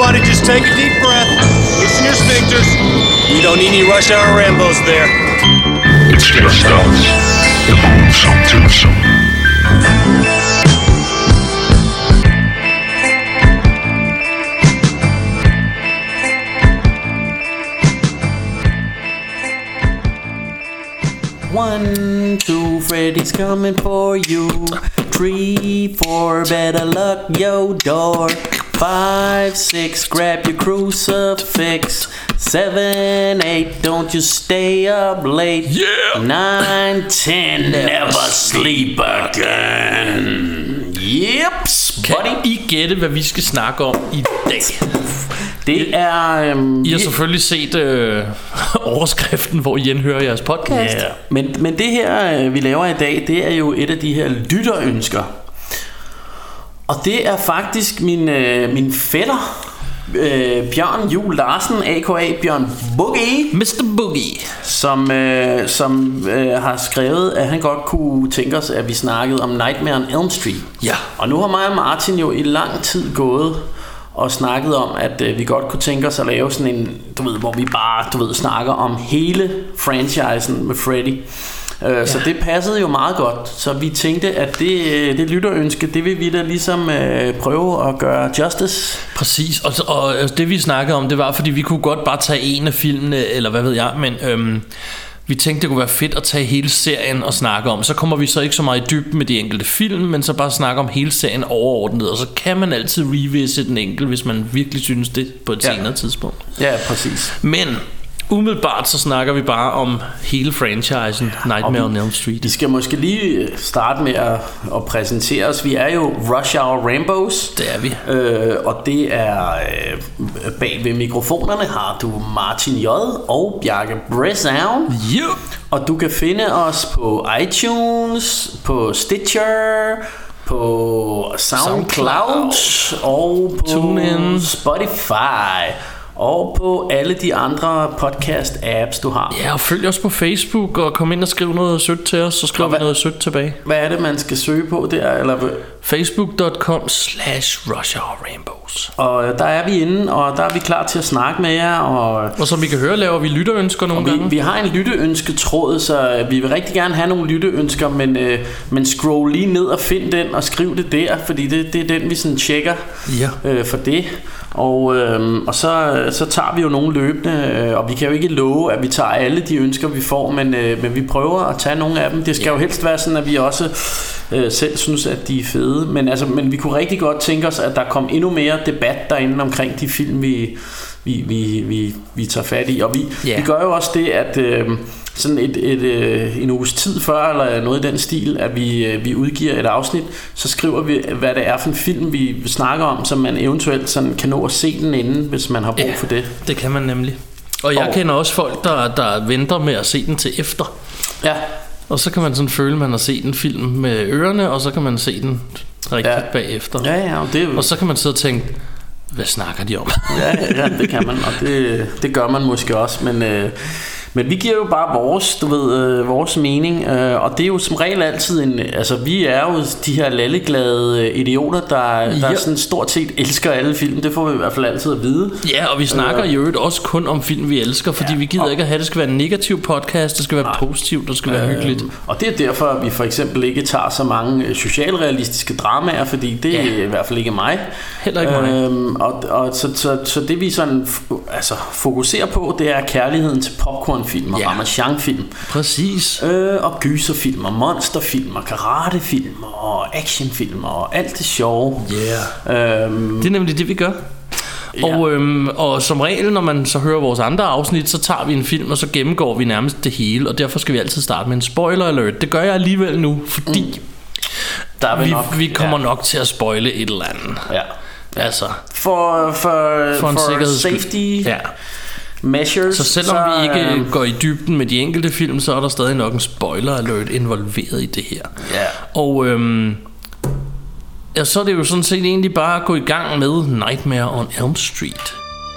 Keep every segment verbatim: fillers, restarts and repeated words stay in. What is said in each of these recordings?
Everybody just take a deep breath. Loosen your sphincters. We don't need any rush hour Rambos there. It's just us. The Boomsome Twosome. One, two, Freddy's coming for you. Three, four, better lock your door. Five, six, grab your crucifix. Seven, eight, don't you stay up late. Yeah. Nine, ten, never sleep again. Yep, Kan buddy. I gætte, hvad vi skal snakke om i dag? Det er... Øhm, I har selvfølgelig set øh, overskriften, hvor I indhører jeres podcast. Ja, men, men det her, vi laver i dag, det er jo et af de her lytterønsker. Og det er faktisk min, øh, min fætter, øh, Bjørn Juhl Larsen, a k a. Bjørn Boogie, mister Boogie, som, øh, som øh, har skrevet, at han godt kunne tænke os, at vi snakkede om Nightmare on Elm Street. Ja. Og nu har mig og Martin jo i lang tid gået og snakket om, at øh, vi godt kunne tænke os at lave sådan en, du ved, hvor vi bare, du ved, snakker om hele franchisen med Freddy. Øh, ja. Så det passede jo meget godt. Så vi tænkte, at det, det lytterønske, det vil vi da ligesom øh, prøve at gøre justice. Præcis, og, og det vi snakkede om, det var, fordi vi kunne godt bare tage en af filmene, eller hvad ved jeg, men øhm, vi tænkte, det kunne være fedt at tage hele serien og snakke om. Så kommer vi så ikke så meget i dybden med de enkelte film, men så bare snakke om hele serien overordnet. Og så kan man altid revisit den enkelte, hvis man virkelig synes det på et ja. senere tidspunkt. Ja, præcis. Men umiddelbart så snakker vi bare om hele franchisen Nightmare on Elm Street. Vi skal måske lige starte med at, at præsentere os. Vi er jo Rush Hour Rambos. Det er vi. øh, Og det er øh, bag ved mikrofonerne har du Martin J. og Bjarke Bressown. Yeah. Og du kan finde os på iTunes, på Stitcher, på SoundCloud, SoundCloud. og på TuneIn, Spotify og på alle de andre podcast-apps, du har. Ja, og følg os på Facebook og kom ind og skriv noget sødt til os, så skriver vi noget sødt tilbage. Hvad er det, man skal søge på der? Eller facebook punktum com slash rush hour rainbows. Og der er vi inde, og der er vi klar til at snakke med jer. Og, og som vi kan høre, laver vi lytterønsker nogle vi, gange. Vi har en lytteønsketråd, så vi vil rigtig gerne have nogle lytteønsker, men, øh, men scroll lige ned og find den og skriv det der, fordi det, det er den, vi sådan tjekker ja. øh, for det. Og, øh, og så, så tager vi jo nogle løbende, øh, og vi kan jo ikke love, at vi tager alle de ønsker, vi får, men, øh, men vi prøver at tage nogle af dem. Det skal ja. jo helst være sådan, at vi også øh, selv synes, at de er fede. Men, altså, men vi kunne rigtig godt tænke os, at der kom endnu mere debat derinde omkring de film, vi, vi, vi, vi, vi tager fat i. Og vi, ja. vi gør jo også det, at øh, sådan et, et, et, en uges tid før, eller noget i den stil, at vi, vi udgiver et afsnit, så skriver vi, hvad det er for en film, vi snakker om, så man eventuelt sådan kan nå at se den inden, hvis man har brug ja, for det. Det kan man nemlig. Og jeg og, kender også folk, der, der venter med at se den til efter. Ja. Og så kan man sådan føle, at man har set en film med ørerne, og så kan man se den rigtigt ja. bagefter. Ja, ja, og, det... og så kan man sidde og tænke, hvad snakker de om? ja, ja, det kan man, og det, det gør man måske også, men... Øh, Men vi giver jo bare vores, du ved, øh, vores mening, øh, og det er jo som regel altid en, altså vi er jo de her lalleglade idioter, der, ja. der sådan stort set elsker alle film. Det får vi i hvert fald altid at vide. Ja, og vi snakker øh, i øvrigt også kun om film, vi elsker, fordi ja, vi gider og, ikke at have, det skal være en negativ podcast, det skal være nej, positivt, det skal øh, være hyggeligt. Og det er derfor, at vi for eksempel ikke tager så mange socialrealistiske dramaer, fordi det ja. er i hvert fald ikke mig. Heller ikke mig. Øh, og og så, så, så det vi sådan altså, fokuserer på, det er kærligheden til popcorn film og ja. Ramachan-film. Præcis. Øh, og gyserfilm og monsterfilm og karatefilm og actionfilm og alt det sjove. Yeah. Øhm, det er nemlig det, vi gør. Ja. Og, øhm, og som regel, når man så hører vores andre afsnit, så tager vi en film, og så gennemgår vi nærmest det hele. Og derfor skal vi altid starte med en spoiler alert. Det gør jeg alligevel nu, fordi mm. Der vi, vi, nok, vi kommer ja. nok til at spoile et eller andet. Ja. Altså For, for, for, en for safety ja. measures. Så selvom så, vi ikke øh, går i dybden med de enkelte film, så er der stadig nok en spoiler alert involveret i det her. Ja. Og øhm, ja, så er det jo sådan set egentlig bare at gå i gang med Nightmare on Elm Street.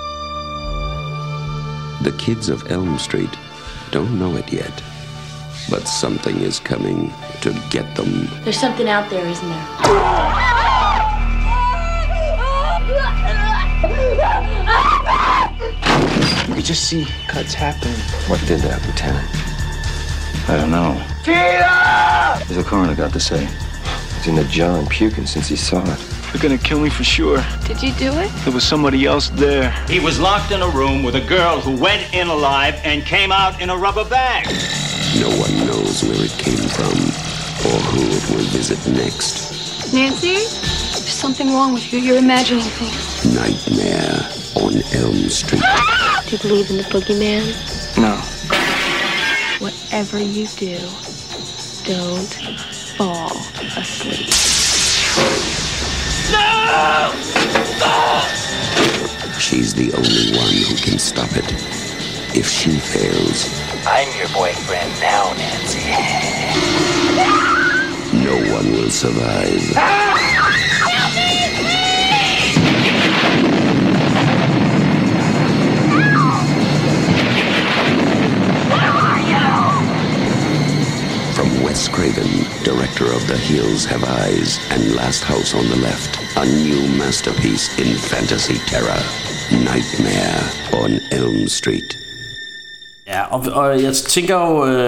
The kids of Elm Street don't know it yet, but something is coming to get them. There's something out there, isn't there? just see cuts happen. What did that, Lieutenant? I don't know. Tina! What's the coroner got to say? He's in the John puking since he saw it. They're gonna kill me for sure. Did you do it? There was somebody else there. He was locked in a room with a girl who went in alive and came out in a rubber bag. No one knows where it came from or who it will visit next. Nancy? There's something wrong with you. You're imagining things. Nightmare on Elm Street. Do you believe in the boogeyman? No. Whatever you do, don't fall asleep. No! No! She's the only one who can stop it. If she fails, I'm your boyfriend now, Nancy. no one will survive. From Wes Craven, director of The Hills Have Eyes and Last House on the Left, a new masterpiece in fantasy terror, Nightmare on Elm Street. Ja, og, og jeg tænker jo, øh,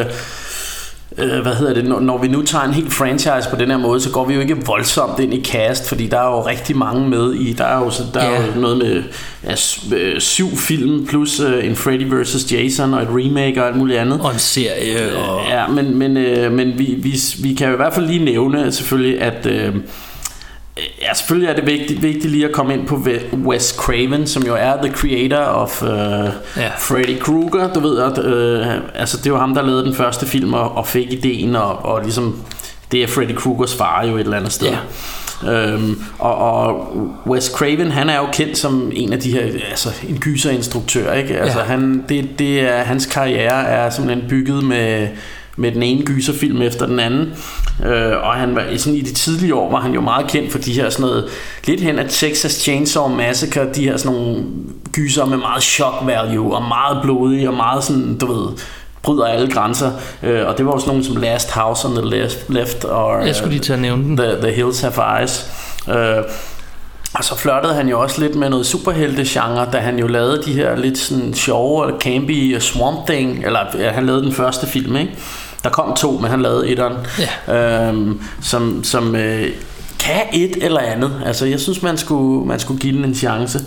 øh, hvad hedder det, når, når vi nu tager en helt franchise på den her måde, så går vi jo ikke voldsomt ind i cast, fordi der er jo rigtig mange med i, der er jo, så, der yeah. er jo noget med ja, syv film, plus øh, en Freddy versus. Jason og et remake og alt muligt andet. Og en serie. Og... Ja, men, men, øh, men vi, vi, vi kan jo i hvert fald lige nævne selvfølgelig, at... Øh, Ja, selvfølgelig er det vigtigt, vigtigt lige at komme ind på Wes Craven, som jo er the creator of uh, ja. Freddy Krueger. Du ved, at, uh, altså det var ham, der lavede den første film og, og fik ideen, og, og ligesom det er Freddy Kruegers far jo et eller andet sted. Ja. Um, og, og Wes Craven, han er jo kendt som en af de her, altså en gyserinstruktør, ikke? Altså ja. han, det, det er, hans karriere er simpelthen bygget med med den ene gyserfilm efter den anden, øh, og han var sådan i de tidlige år var han jo meget kendt for de her sådan noget lidt hen af Texas Chainsaw Massacre, de her sådan nogle gyser med meget shock value og meget blodige og meget sådan, du ved, bryder alle grænser, øh, og det var jo sådan nogle som Last House on the Left, left og jeg skulle lige til at nævne den. The, The Hills Have Eyes. Øh, Og så flirtede han jo også lidt med noget superhelte-genre, da han jo lavede de her lidt sådan sjove og campy Swamp Thing, eller ja, han lavede den første film, ikke? Der kom to, men han lavede etteren, yeah. øhm, som, som øh, kan et eller andet. Altså jeg synes man skulle, man skulle give den en chance.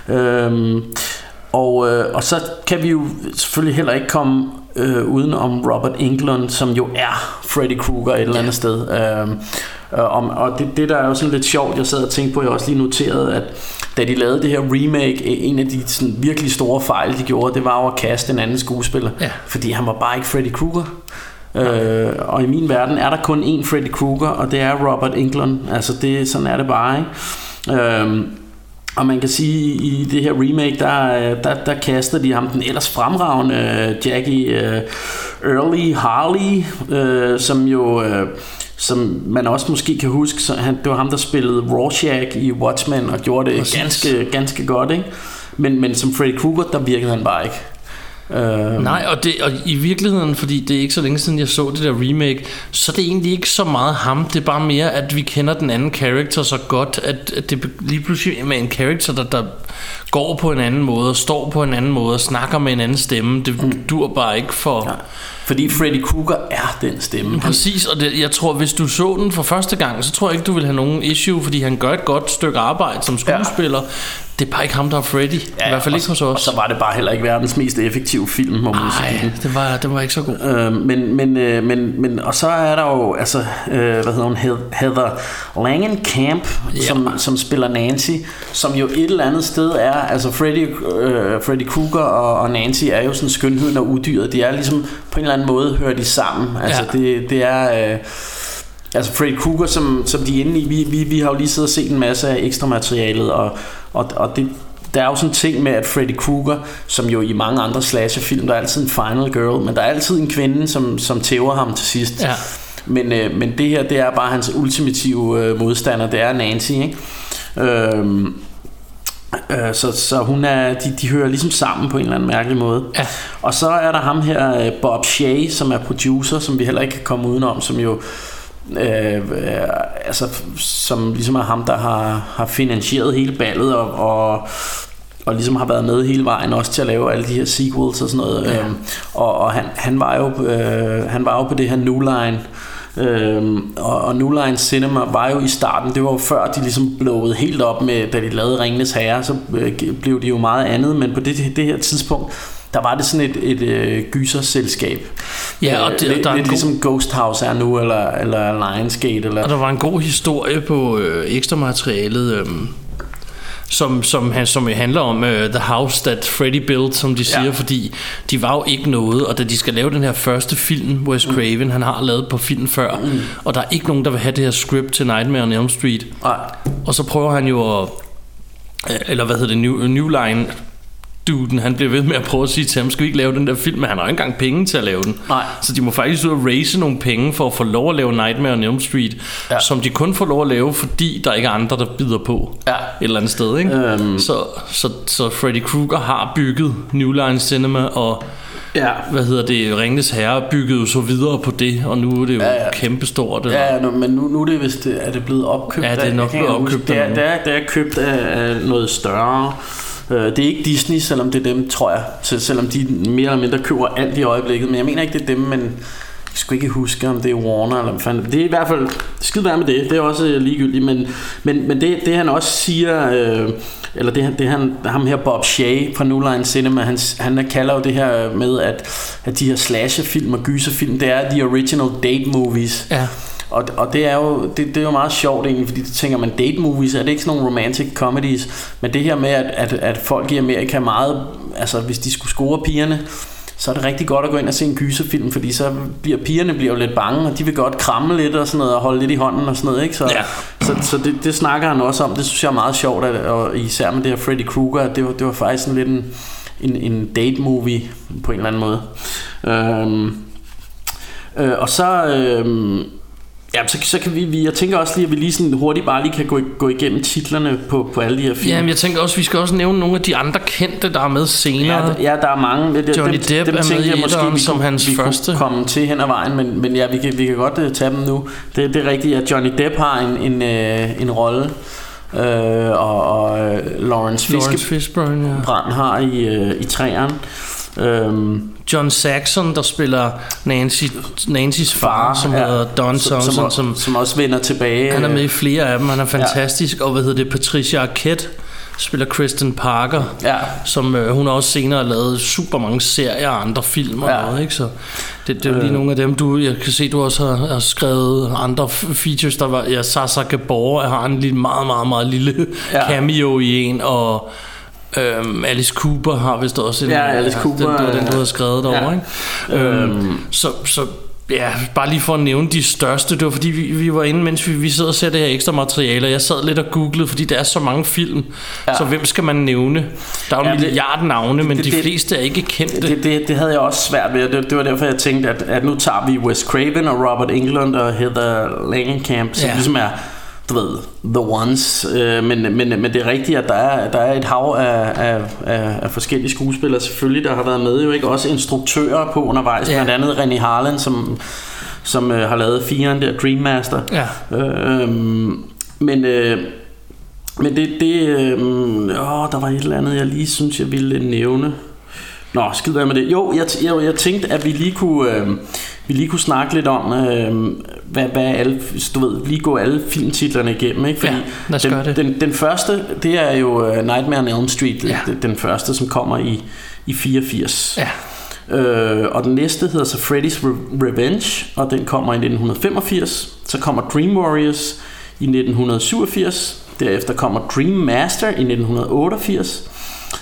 øhm, og, øh, og så kan vi jo selvfølgelig heller ikke komme øh, uden om Robert Englund, som jo er Freddy Krueger et eller andet sted. øhm, Um, og det, det der er jo sådan lidt sjovt, jeg sad og tænkte på, jeg også lige noterede, at da de lavede det her remake, en af de sådan virkelig store fejl de gjorde, det var jo at kaste en anden skuespiller, ja. Fordi han var bare ikke Freddy Krueger. Ja. Uh, og i min verden er der kun én Freddy Krueger, og det er Robert Englund. Altså det, sådan er det bare, ikke? Um, Og man kan sige, i det her remake, der, der, der kastede de ham den ellers fremragende Jackie uh, Earle Haley, uh, som jo... Uh, som man også måske kan huske, så han, det var ham, der spillede Rorschach i Watchmen og gjorde det ganske, ganske godt, ikke? Men, men som Freddy Krueger, der virkede han bare ikke. Uh... Nej, og, det, og i virkeligheden, fordi det er ikke så længe siden jeg så det der remake, så er det egentlig ikke så meget ham. Det er bare mere, at vi kender den anden character så godt, at, at det lige pludselig med en character, der, der går på en anden måde, står på en anden måde, snakker med en anden stemme. Det mm. dur bare ikke for... Ja. Fordi Freddy Krueger er den stemme. Præcis, og det, jeg tror, hvis du så den for første gang, så tror jeg ikke, du vil have nogen issue, fordi han gør et godt stykke arbejde som skuespiller. Ja. Det er bare ikke ham, der er Freddy. Ja, I hvert fald ikke hos os. Og så var det bare heller ikke verdens mest effektive film, må man sige. Nej, det var, det var ikke så god. Øh, men, men, øh, men, men, og så er der jo, altså, øh, hvad hedder hun, Heather Langenkamp, ja. som, som spiller Nancy, som jo et eller andet sted er, altså Freddy, øh, Freddy Krueger og, og Nancy er jo sådan skønheden og udyret. De er ligesom, på en eller anden måde hører de sammen. Altså ja. det, det er... Øh, Altså Freddy Krueger, som, som de er inde i, vi, vi, vi har jo lige siddet og set en masse af ekstra materialet, og, og, og det, der er jo sådan en ting med, at Freddy Krueger, som jo i mange andre slasherfilm, der er altid en final girl, men der er altid en kvinde, som, som tæver ham til sidst. Ja. Men, øh, men det her, det er bare hans ultimative øh, modstander, det er Nancy, ikke? Øhm, øh, så, så hun er, de, de hører ligesom sammen på en eller anden mærkelig måde. Ja. Og så er der ham her, Bob Shea, som er producer, som vi heller ikke kan komme udenom, som jo Øh, øh, altså som ligesom er ham, der har, har finansieret hele ballet, og, og, og ligesom har været med hele vejen også til at lave alle de her sequels og sådan noget. Ja. Øhm, og og han, han, var jo, øh, han var jo på det her New Line. Øhm, og, og New Line Cinema var jo i starten, det var jo før de ligesom blowede helt op med, da de lavede Ringenes Herre, så øh, blev de jo meget andet, men på det, det her tidspunkt, der var det sådan et, et, et gyserselskab. Ja, og det, lidt, der er lidt god... ligesom Ghost House er nu, eller, eller Lionsgate. Eller... Og der var en god historie på øh, ekstra materialet, øh, som, som, som handler om uh, The House That Freddy Built, som de siger, ja. Fordi de var jo ikke noget, og da de skal lave den her første film, Wes Craven, mm. han har lavet på film før, mm. og der er ikke nogen, der vil have det her script til Nightmare on Elm Street. Ej. Og så prøver han jo at, eller hvad hedder det, New, New Line duden, han bliver ved med at prøve at sige til ham, skal vi ikke lave den der film, men han har ikke engang penge til at lave den. Nej. Så de må faktisk ud og raise nogle penge for at få lov at lave Nightmare on Elm Street, ja. Som de kun får lov at lave, fordi der ikke er andre, der bider på, ja. Et eller andet sted, ikke? Øhm. Så, så, så Freddy Krueger har bygget New Line Cinema, og ja. Hvad hedder det, Ringenes Herre byggede jo så videre på det, og nu er det jo ja, ja. Kæmpestort. Ja, ja, men nu, nu er det vist, er det blevet opkøbt. Ja, det er nok blevet opkøbt. Det er, det, er, det er købt af, af noget større. Det er ikke Disney, selvom det er dem, tror jeg. Selvom de mere eller mindre køber alt i øjeblikket. Men jeg mener ikke, det er dem, men jeg skulle ikke huske, om det er Warner eller hvad fanden. Det er i hvert fald skide være med det. Det er også ligegyldigt. Men, men, men det, det han også siger, øh, eller det, det han, ham her Bob Shea fra New Line Cinema, han, han kalder jo det her med, at, at de her slasherfilm og gyserfilm, det er the original date movies. Ja. Og, og det er jo det, det er jo meget sjovt egentlig, fordi det tænker man, date movies, er det ikke sådan nogle romantic comedies, men det her med at, at, at folk i Amerika meget, altså hvis de skulle score pigerne, så er det rigtig godt at gå ind og se en gyserfilm, fordi så bliver pigerne bliver jo lidt bange, og de vil godt kramme lidt og sådan noget, og holde lidt i hånden og sådan noget, ikke? Så, ja. så, så det, det snakker han også om. Det synes jeg er meget sjovt, at, og især med det her Freddy Krueger, det var, det var faktisk sådan lidt en, en, en date movie på en eller anden måde. Øhm, øh, og så øhm, ja, så, så kan vi, vi, jeg tænker også lige, at vi lige sådan hurtigt bare lige kan gå, gå igennem titlerne på, på alle de her film. Jamen, jeg tænker også, vi skal også nævne nogle af de andre kendte, der er med senere. Ja, ja der er mange. Det, Johnny dem, Depp dem, er dem med i etteren som hans vi første. Vi kunne komme til hen ad vejen, men, men ja, vi kan, vi kan godt uh, tage dem nu. Det, det er rigtigt, at Johnny Depp har en, en, uh, en rolle, uh, og, og uh, Lawrence, Lawrence Fishburne ja. Brand har i, uh, i træerne. Um, John Saxon, der spiller Nancy, Nancys far, som ja, hedder Don som, som, som, som også vender tilbage. Han er med i flere af dem, han er fantastisk. Ja. Og hvad hedder det, Patricia Arquette spiller Kristen Parker, ja. Som øh, hun har også senere lavet super mange serier og andre film og ja. Noget, ikke? Så det, det er jo lige øh. nogle af dem, du, jeg kan se, du også har, har skrevet andre features. Der var, ja, Sasa Gabor har en lille, meget, meget, meget lille ja. Cameo i en, og Øhm, Alice Cooper har vist også en, ja, Alice ja, Cooper, den, den du har skrevet derovre, ja. Ikke? Øhm, øhm. Så, så ja, bare lige for at nævne de største. Det var fordi vi, vi var inde, mens vi, vi sidder og ser det her ekstra materiale, og jeg sad lidt og googlede, fordi der er så mange film, ja. Så hvem skal man nævne? Der er jo ja, en milliard navne, men det, de det, fleste er ikke kendte. Det, det, det havde jeg også svært ved. Det, det var derfor jeg tænkte, at, at nu tager vi Wes Craven og Robert Englund og Heather Langenkamp, som ja. Ligesom er, du ved, the ones, øh, men, men, men det er rigtigt, at der er, der er et hav af, af, af, af forskellige skuespillere selvfølgelig, der har været med, jo ikke, også instruktører på undervejs, ja. Blandt andet Rennie Harlan, som, som øh, har lavet firen der, Dream Master. Ja. Øh, men øh, men det, det øh, åh, der var et eller andet, jeg lige synes, jeg ville nævne. Nå, skid være med det. Jo, jeg, jeg, jeg tænkte, at vi lige kunne, øh, vi lige kunne snakke lidt om, øh, hvad, hvad alle, du ved, lige gå alle filmtitlerne igennem, ikke? Fordi ja, den, det. Den, den første, det er jo Nightmare on Elm Street, ja. den, den første, som kommer i, i fireogfirs. Ja. Øh, og den næste hedder så Freddy's Revenge, og den kommer i nitten femogfirs. Så kommer Dream Warriors i nitten syvogfirs. Derefter kommer Dream Master i nitten otteogfirs.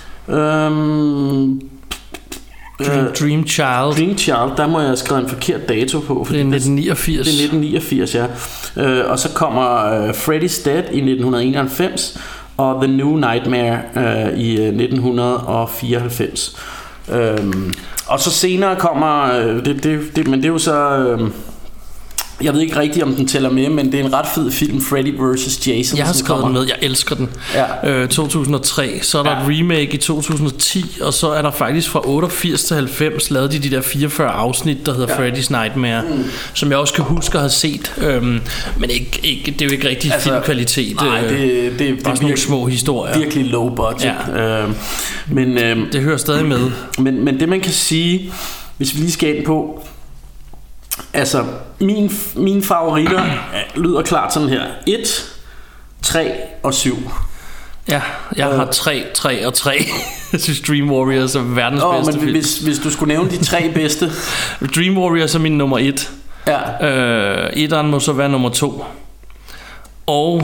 Øhm... Dream, Dream Child Dream Child, der må jeg have skrevet en forkert dato på, det er nitten niogfirs. Det er nitten niogfirs, ja. øh, Og så kommer øh, Freddy's Dead i nitten enoghalvfems, og The New Nightmare øh, i øh, nitten fireoghalvfems. øh, Og så senere kommer øh, det, det, det, men det er jo så øh, Jeg ved ikke rigtigt, om den tæller med, men det er en ret fed film, Freddy versus. Jason. Jeg har skrevet den med, jeg elsker den. Ja. øh, to tusind og tre. Så er der ja. et remake i to tusind og ti, og så er der faktisk fra otteogfirs til halvfems lavet de de der fireogfyrre afsnit, der hedder ja. Freddy's Nightmare, mm. som jeg også kan huske at have set. øhm, Men ikke, ikke, det er jo ikke rigtig altså, filmkvalitet. Nej, det, det, det, bare sådan nogle små historier. Virkelig low budget. Ja. øh, Men øh, det hører stadig med. men, men det man kan sige, hvis vi lige skal ind på, altså, min, mine favoritter lyder klart sådan her: et, tre og syv. Ja, jeg har tre, tre og tre. Jeg synes Dream Warriors er verdens oh, bedste men film. hvis, hvis du skulle nævne de tre bedste. Dream Warriors er min nummer et. Ja. øh, Etteren må så være nummer to. Og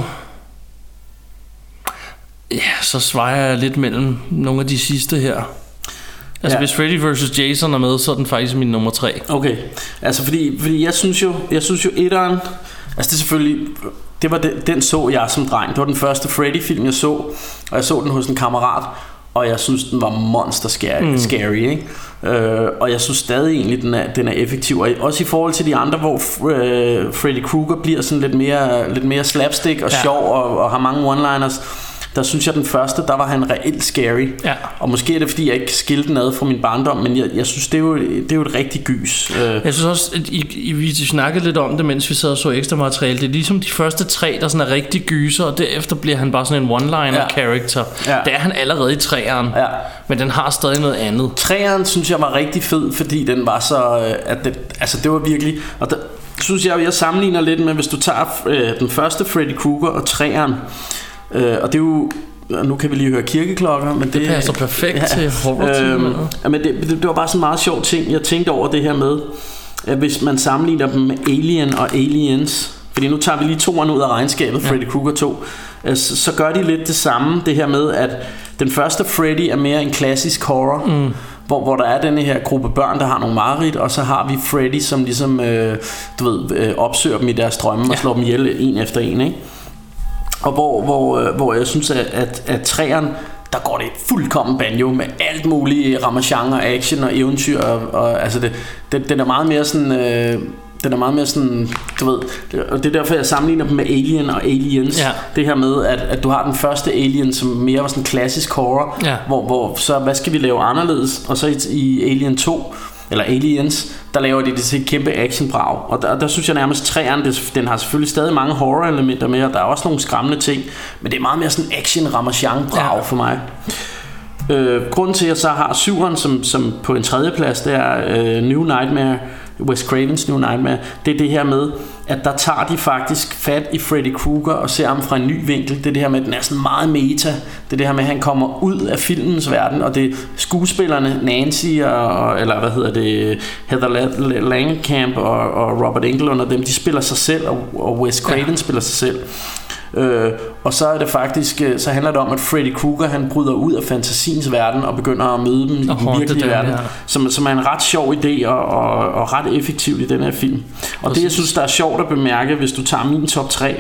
ja, så svejer jeg lidt mellem nogle af de sidste her. Altså ja. Hvis Freddy versus. Jason er med, så er den faktisk min nummer tre. Okay, altså fordi, fordi jeg synes jo Jeg synes jo etteren, altså det er selvfølgelig, det var den, den så jeg som dreng. Det var den første Freddy film jeg så, og jeg så den hos en kammerat, og jeg synes den var monster scary, mm. scary ikke? Øh, og jeg synes stadig egentlig den er, den er effektiv, og også i forhold til de andre, hvor øh, Freddy Krueger bliver sådan lidt mere, lidt mere slapstick og ja. sjov og, og har mange one-liners. Der synes jeg den første, der var han reelt scary. Ja. Og måske er det fordi jeg ikke skilte den ad fra min barndom, men jeg, jeg synes det er, jo, det er jo et rigtig gys. Jeg synes også at I, I, vi snakkede lidt om det, mens vi sad og så ekstra materiale. Det er ligesom de første tre, der sådan er rigtig gyser, og derefter bliver han bare sådan en one-liner ja. character. Ja. Det er han allerede i treeren, ja. men den har stadig noget andet. Treeren synes jeg var rigtig fed, fordi den var så at det, altså det var virkelig, og der synes jeg jeg sammenligner lidt med, hvis du tager øh, den første Freddy Krueger og treeren. Uh, og det er jo, nu kan vi lige høre kirkeklokker, men det, det passer perfekt ja, til horror-timen. Uh, men det, det, det var bare sådan en meget sjov ting. Jeg tænkte over det her med, at hvis man sammenligner dem med Alien og Aliens, fordi nu tager vi lige toeren ud af regnskabet, ja. Freddy Krueger to, uh, så, så gør de lidt det samme. Det her med, at den første Freddy er mere en klassisk horror, mm. Hvor, hvor der er denne her gruppe børn, der har nogle mareridt, og så har vi Freddy, som ligesom øh, du ved, øh, opsøger dem i deres drømme ja. og slår dem ihjel en efter en, ikke? Og hvor, hvor, hvor jeg synes at, at, at træerne, der går det fuldkommen banjo med alt muligt ramachan og action og eventyr og, og altså det, det, den er meget mere sådan øh, den er meget mere sådan, du ved, det, og det er derfor jeg sammenligner dem med Alien og Aliens. Ja. Det her med at, at du har den første Alien, som mere var sådan klassisk horror, ja. hvor, hvor så hvad skal vi lave anderledes, og så i, i Alien to eller Aliens, der laver de det til et kæmpe actionbrag. Og der, der synes jeg nærmest træerne, den har selvfølgelig stadig mange horror-elementer med, og der er også nogle skræmmende ting, men det er meget mere sådan action-ramachan-brag ja. for mig. Øh, grunden til at jeg så har syveren som, som på en tredje plads, det er øh, New Nightmare, Wes Cravens New Nightmare. Det er det her med, at der tager de faktisk fat i Freddy Krueger og ser ham fra en ny vinkel. Det er det her med, at den er sådan meget meta. Det er det her med, at han kommer ud af filmens verden, og det er skuespillerne Nancy og, eller hvad hedder det, Heather Langenkamp og, og Robert Englund og dem, de spiller sig selv, og, og Wes Craven ja. spiller sig selv. Øh, og så er det faktisk, så handler det om, at Freddy Krueger han bryder ud af fantasiens verden og begynder at møde dem i den virkelige verden, ja. som, som er en ret sjov idé og, og, og ret effektivt i den her film. Og Præcis. Det jeg synes der er sjovt at bemærke, hvis du tager min top tre,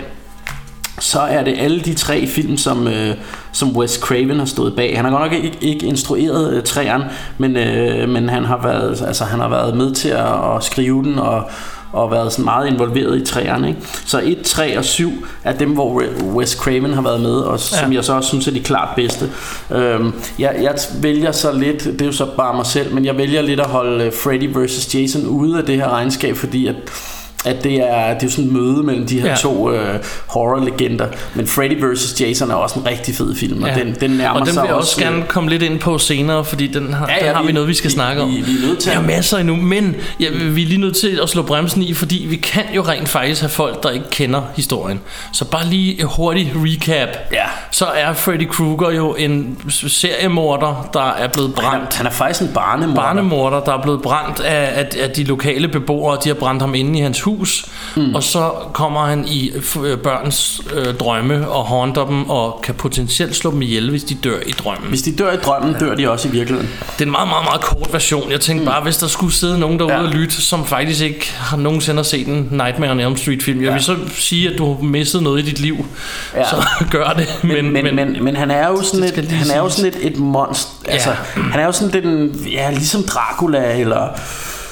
så er det alle de tre film, som, øh, som Wes Craven har stået bag. Han har godt nok ikke, ikke instrueret øh, træerne, men, øh, men han har været, altså, han har været med til at, at skrive den og og været sådan meget involveret i træerne, ikke? Så et, tre og syv er dem, hvor Wes Craven har været med, og som ja. jeg så også synes er de klart bedste. Øhm, jeg, jeg vælger så lidt, det er jo så bare mig selv, men jeg vælger lidt at holde Freddy versus. Jason ude af det her regnskab, fordi at at det er, det er jo sådan et møde mellem de her ja. to øh, horror-legender. Men Freddy versus. Jason er også en rigtig fed film, og ja. den, den nærmer sig. Og den vil jeg også også gerne komme lidt ind på senere, fordi den har, ja, ja, den har vi, vi noget, vi skal vi, snakke om. Vi, vi er nødt til. Der er masser endnu, men ja, vi er lige nødt til at slå bremsen i, fordi vi kan jo rent faktisk have folk, der ikke kender historien. Så bare lige et hurtigt recap. Ja. Så er Freddy Krueger jo en seriemorder, der er blevet brændt. Han er, han er faktisk en barnemorder. Barnemorder, der er blevet brændt af, af, af de lokale beboere. De har brændt ham inde i hans hus. Mm. Og så kommer han i børns øh, drømme og haunter dem og kan potentielt slå dem ihjel, hvis de dør i drømmen. Hvis de dør i drømmen, dør de også i virkeligheden. Det er en meget, meget, meget kort version. Jeg tænkte mm. bare, hvis der skulle sidde nogen derude ja. og lytte, som faktisk ikke har nogensinde set en Nightmare on Elm Street film. Jeg ja. vil så sige, at du har mistet noget i dit liv. Ja. Så gør det. Men, men, men, men, men han er jo sådan et, han er jo sådan et, et monster. Altså, ja. Han er jo sådan den, ja, ligesom Dracula eller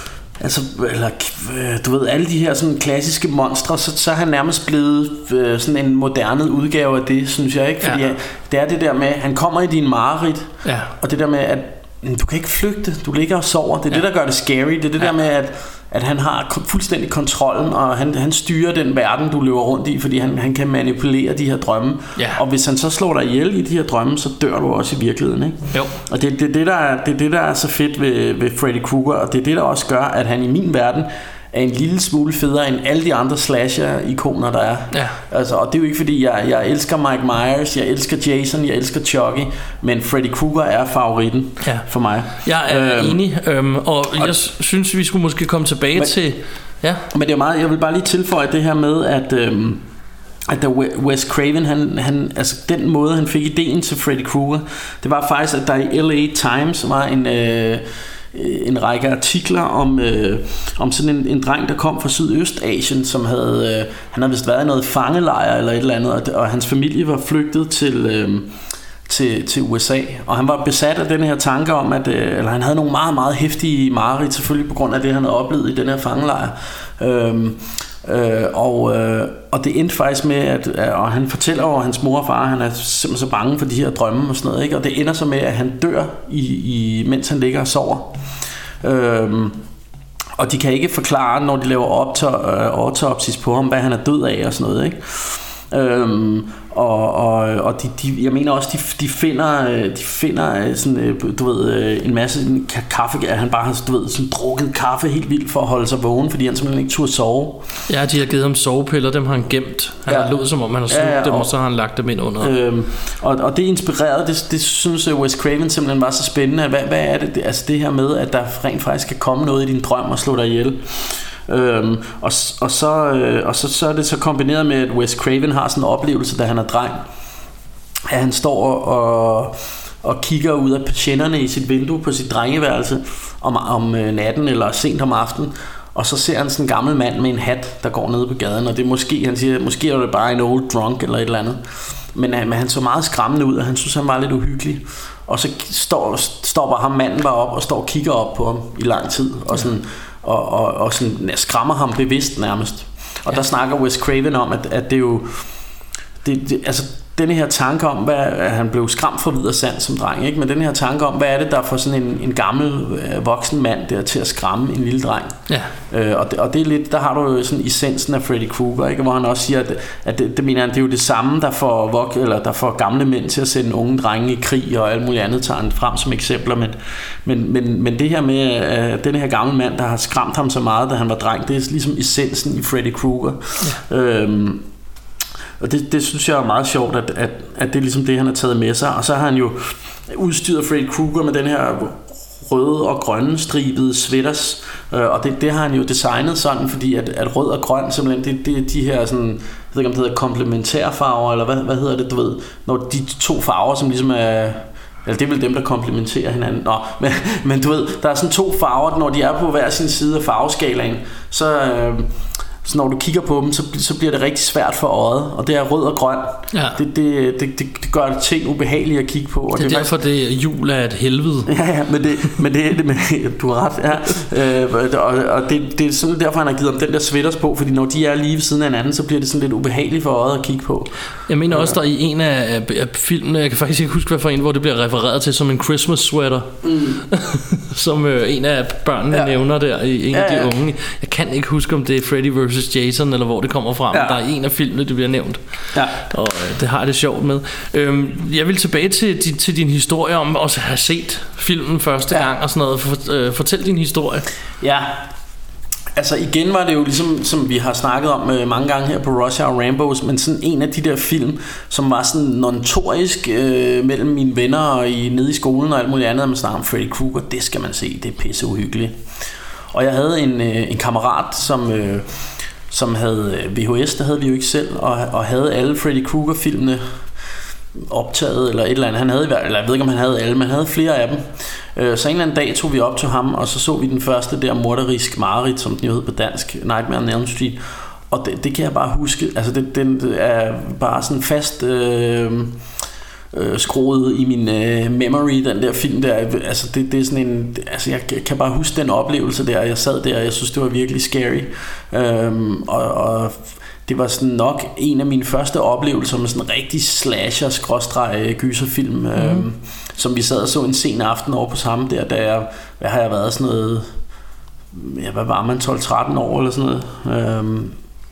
altså, eller, du ved, alle de her sådan klassiske monstre, så, så er han nærmest blevet øh, sådan en moderne udgave af det, synes jeg, ikke? Fordi ja. det er det der med, han kommer i din mareridt, ja. og det der med, at du kan ikke flygte, du ligger og sover. Det er ja. det, der gør det scary. Det er det ja. der med, at, at han har fuldstændig kontrollen, og han, han styrer den verden, du løber rundt i, fordi han, han kan manipulere de her drømme. Ja. Og hvis han så slår dig ihjel i de her drømme, så dør du også i virkeligheden, ikke? Jo. Og det er det, det, der er, det, det, der er så fedt ved, ved Freddy Krueger, og det er det, der også gør, at han i min verden er en lille smule federe end alle de andre slasher-ikoner, der er. Ja. Altså, og det er jo ikke fordi, jeg, jeg elsker Mike Myers, jeg elsker Jason, jeg elsker Chucky, men Freddy Krueger er favoritten ja. for mig. Jeg er øhm, enig, øhm, og, og jeg synes, vi skulle måske komme tilbage men, til... Ja. Men det er meget, jeg vil bare lige tilføje det her med, at... Øhm, at da Wes Craven, han, han, altså den måde, han fik ideen til Freddy Krueger, det var faktisk, at der i L A Times var en... Øh, en række artikler om, øh, om sådan en, en dreng, der kom fra Sydøstasien, som havde, øh, han havde vist været i noget fangelejr eller et eller andet, og, og hans familie var flygtet til, øh, til, til U S A, og han var besat af den her tanke om, at øh, eller han havde nogle meget, meget heftige mareridt, selvfølgelig på grund af det, han havde oplevet i den her fangelejr. Øh, Øh, og, øh, og det endte faktisk med at, og han fortæller over hans mor og far, han er simpelthen så bange for de her drømme og sådan noget, ikke? Og det ender så med at han dør i, i, mens han ligger og sover. øh, Og de kan ikke forklare, når de laver autopsis på ham, hvad han er død af og sådan noget, ikke? Øhm, og og, og de, de, jeg mener også de, de finder de finder sådan, du ved, en masse kaffe, at han bare har, du ved, sådan drukket kaffe helt vildt for at holde sig vågen, fordi han simpelthen ikke turde sove. Ja, de har givet ham sovepiller, dem har han gemt. Han ja. har lød som om han har slugt ja, ja, dem, og, og så har han lagt dem ind under. Øhm, og, og det inspirerede, det, det synes Wes Craven simpelthen var så spændende. Hvad, hvad er det, altså det her med, at der rent faktisk kan komme noget i din drøm og slå dig ihjel. Øhm, og, og, så, øh, og så, så er det så kombineret med, at Wes Craven har sådan en oplevelse, da han er dreng, at han står og, og kigger ud af patienterne i sit vindue på sit drengeværelse om, om natten eller sent om aftenen, og så ser han sådan en gammel mand med en hat, der går ned på gaden, og det er måske, han siger, måske er det bare en old drunk eller et eller andet, men, men han så meget skræmmende ud, og han synes han var lidt uhyggelig. Og så står, stopper ham manden bare op og står og kigger op på ham i lang tid, og sådan og, og, og sådan skræmmer ham bevidst nærmest. Og ja. der snakker Wes Craven om, at, at det er jo det, det, altså denne her tanke om, hvad, at han blev skræmt for vid og sand som dreng, ikke? Men den her tanke om, hvad er det, der får sådan en, en gammel øh, voksen mand der til at skræmme en lille dreng. Ja. Øh, og, det, og det er lidt, der har du jo sådan essensen af Freddy Krueger, ikke? Hvor han også siger, at, at det, det mener han, det er jo det samme, der får, vok, eller der får gamle mænd til at sende unge drenge i krig og alt muligt andet, tager han frem som eksempler. Men, men, men, men det her med, at den her gamle mand, der har skræmt ham så meget, da han var dreng, det er ligesom essensen i Freddy Krueger. Ja. Øhm, Og det, det synes jeg er meget sjovt, at, at, at det er ligesom det, han har taget med sig. Og så har han jo udstyret Freddy Krueger med den her røde og grønne stribede sweaters. Og det, det har han jo designet sådan, fordi at, at rød og grøn simpelthen, det, det er de her sådan, jeg ved ikke om det hedder komplementære farver, eller hvad, hvad hedder det, du ved, når de to farver, som ligesom er... Eller det er vel dem, der komplementerer hinanden. Nå, men, men du ved, der er sådan to farver, når de er på hver sin side af farveskalaen, så... Øh, Så når du kigger på dem, så, så bliver det rigtig svært for øjet. Og det er rød og grøn. Ja. Det, det, det, det, det gør ting ubehagelige at kigge på. Og det er det er derfor, faktisk... det jul er et helvede. Ja, ja, men, det, men, det, men du har ret. Ja. Øh, og og det, det er sådan derfor, han har givet dem den der sweaters på. Fordi når de er lige ved siden af hinanden, så bliver det sådan lidt ubehageligt for øjet at kigge på. Jeg mener også, der i en af, af filmene, jeg kan faktisk ikke huske, hvad for en, hvor det bliver refereret til som en Christmas sweater. Mm. Som øh, en af børnene ja. nævner der, i en ja, af de ja. unge. Jeg kan ikke huske, om det er Freddy versus. Jason, eller hvor det kommer fra, ja. men der er en af filmene, det bliver nævnt. Ja. Og øh, det har jeg det sjovt med. Øhm, jeg vil tilbage til, til, til din historie om også at have set filmen første ja. gang og sådan noget. For, øh, fortæl din historie. Ja, altså igen var det jo ligesom, som vi har snakket om øh, mange gange her på Rush Hour Rambos, men sådan en af de der film, som var sådan notorisk øh, mellem mine venner og i, nede i skolen og alt muligt andet, man snakker om Freddy Krueger, det skal man se, det er pisse uhyggeligt. Og jeg havde en, øh, en kammerat, som... Øh, som havde V H S, der havde vi jo ikke selv, og, og havde alle Freddy Krueger-filmene optaget, eller et eller andet. Han havde, eller jeg ved ikke, om han havde alle, men han havde flere af dem. Så en eller anden dag tog vi op til ham, og så så vi den første der morderisk mareridt, som den jo hed på dansk, Nightmare on Elm Street. Og det, det kan jeg bare huske, altså det, den er bare sådan fast... Øh, øh, skruet i min øh, memory, den der film der. Altså det, det er sådan en, altså jeg kan bare huske den oplevelse der. Jeg sad der, og jeg synes det var virkelig scary. Øhm, og, og det var sådan nok en af mine første oplevelser med sådan en rigtig slasher skråstreg gyserfilm, mm. øhm, som vi sad og så en sen aften over på samme der, da jeg, hvad har jeg været, sådan noget, ja, hvad var man, tolv tretten år eller sådan noget. Øhm,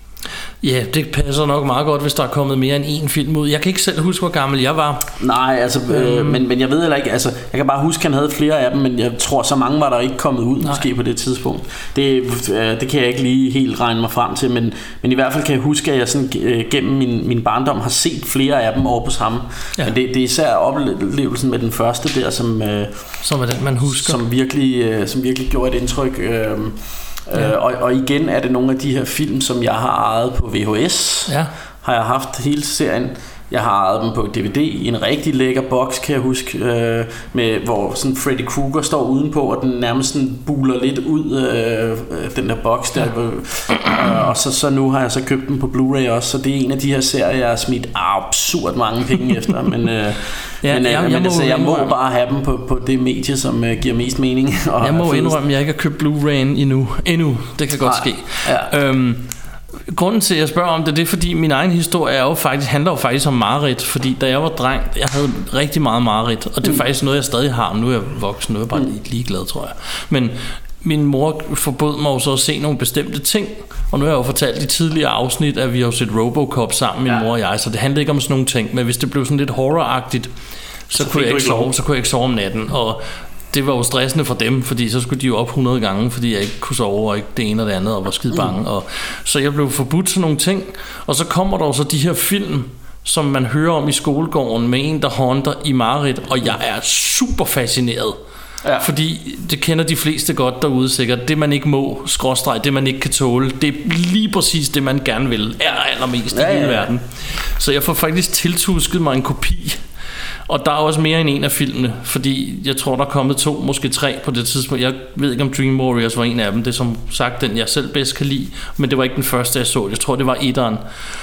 Ja, det passer nok meget godt, hvis der er kommet mere end én film ud. Jeg kan ikke selv huske, hvor gammel jeg var. Nej, altså, øh, men, men jeg ved heller ikke, altså, jeg kan bare huske, at han havde flere af dem, men jeg tror, så mange var der ikke kommet ud, Nej. måske på det tidspunkt. Det, øh, det kan jeg ikke lige helt regne mig frem til, men, men i hvert fald kan jeg huske, at jeg sådan, øh, gennem min, min barndom har set flere af dem over på samme. Ja. Men det, det er især oplevelsen med den første der, som, øh, som, er den, man husker. som, virkelig, øh, som virkelig gjorde et indtryk. Øh, Ja. Øh, og, og igen er det nogle af de her film, som jeg har ejet på V H S. Ja. Har jeg haft hele serien. Jeg har ejet dem på D V D i en rigtig lækker boks, kan jeg huske, øh, med, hvor sådan Freddy Krueger står udenpå, og den nærmest sådan buler lidt ud, øh, den der boks der. Ja. Øh, og så, så nu har jeg så købt den på Blu-ray også, så det er en af de her serier, jeg har smidt absurd mange penge efter, men, øh, ja, men, øh, jeg, men jeg, altså, må jeg må bare have dem på, på det medie, som øh, giver mest mening. Og jeg må indrømme, at jeg ikke har købt Blu-ray'en endnu. endnu. Det kan godt Nej. ske. Ja. Øhm, Grunden til at jeg spørger om det, det er fordi min egen historie er jo faktisk, handler jo faktisk om mareridt. Fordi da jeg var dreng, jeg havde rigtig meget mareridt. Og det er mm. faktisk noget jeg stadig har. Nu er jeg voksen, nu er jeg bare mm. ligeglad, tror jeg. Men min mor forbød mig jo så at se nogle bestemte ting. Og nu har jeg jo fortalt i tidligere afsnit, at vi har set Robocop sammen, min ja. mor og jeg. Så det handler ikke om sådan nogle ting. Men hvis det blev sådan lidt horroragtigt, så, så, kunne, jeg ikke sove, så kunne jeg ikke sove om natten. Og det var jo stressende for dem, fordi så skulle de jo op hundrede gange, fordi jeg ikke kunne sove, og ikke det ene og det andet, og var skide bange. Og så jeg blev forbudt sådan nogle ting. Og så kommer der jo så de her film, som man hører om i skolegården, med en, der haunter i mareridt, og jeg er super fascineret. Ja. Fordi det kender de fleste godt derude sikkert. Det man ikke må, skråstreg, det man ikke kan tåle, det er lige præcis det man gerne vil, er allermest ja, i hele ja, ja. verden. Så jeg får faktisk tiltusket mig en kopi. Og der er også mere end en af filmene, fordi jeg tror der er kommet to, måske tre på det tidspunkt. Jeg ved ikke om Dream Warriors var en af dem. Det er som sagt den jeg selv bedst kan lide, men det var ikke den første jeg så. Jeg tror det var etteren.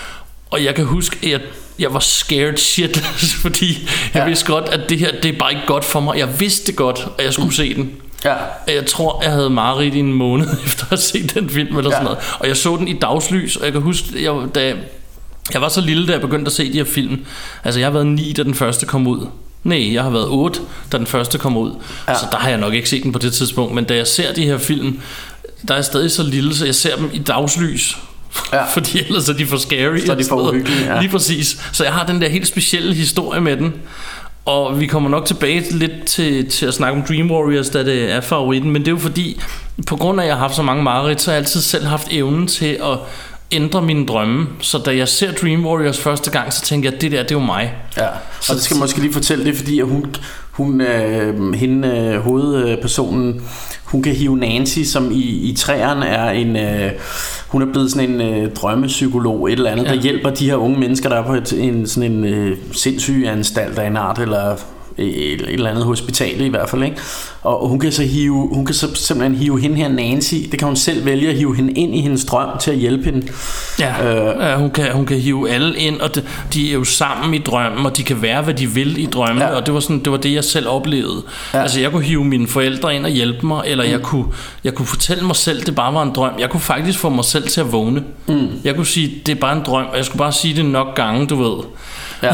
Og jeg kan huske at jeg, jeg var scared shit, fordi jeg ja. vidste godt at det her, det er bare ikke godt for mig. Jeg vidste det godt, at jeg skulle mm. se den. Ja. Jeg tror jeg havde mareridt i en måned efter at have set den film eller ja. sådan noget. Og jeg så den i dagslys, og jeg kan huske jeg, da Jeg var så lille, da jeg begyndte at se de her film. Altså jeg har været ni, da den første kom ud. Nej, jeg har været otte, da den første kom ud. Ja. Så der har jeg nok ikke set den på det tidspunkt. Men da jeg ser de her film, der er jeg stadig så lille, så jeg ser dem i dagslys. Ja. Fordi ellers er de for scary. Så er de for uhyggelige, ja. Lige præcis. Så jeg har den der helt specielle historie med den. Og vi kommer nok tilbage lidt til, til at snakke om Dream Warriors, da det er favoritten. Men det er jo fordi, på grund af at jeg har haft så mange mareridt, så har jeg altid selv haft evnen til at ændre mine drømme. Så da jeg ser Dream Warriors første gang, så tænker jeg, at det der, det er jo mig. Ja, og så det skal jeg måske lige fortælle det, fordi at hun, hun øh, hende øh, hovedpersonen, hun kan hive Nancy, som i, i træerne er en øh, hun er blevet sådan en øh, drømmepsykolog, et eller andet, ja. der hjælper de her unge mennesker, der er på et, en, sådan en øh, sindssyg anstalt af en art, eller et, et eller andet hospital i hvert fald, ikke? Og hun kan så hive, hun kan så simpelthen hive hende her Nancy, det kan hun selv vælge at hive hende ind i hendes drøm til at hjælpe hende. Ja, øh, ja hun, kan, hun kan hive alle ind, og de, de er jo sammen i drømmen, og de kan være hvad de vil i drømmen, ja. og det var sådan, det var det jeg selv oplevede. Ja. Altså jeg kunne hive mine forældre ind og hjælpe mig, eller mm. jeg kunne jeg kunne fortælle mig selv det bare var en drøm. Jeg kunne faktisk få mig selv til at vågne. Mm. Jeg kunne sige det er bare en drøm, og jeg skulle bare sige det nok gange, du ved. Ja.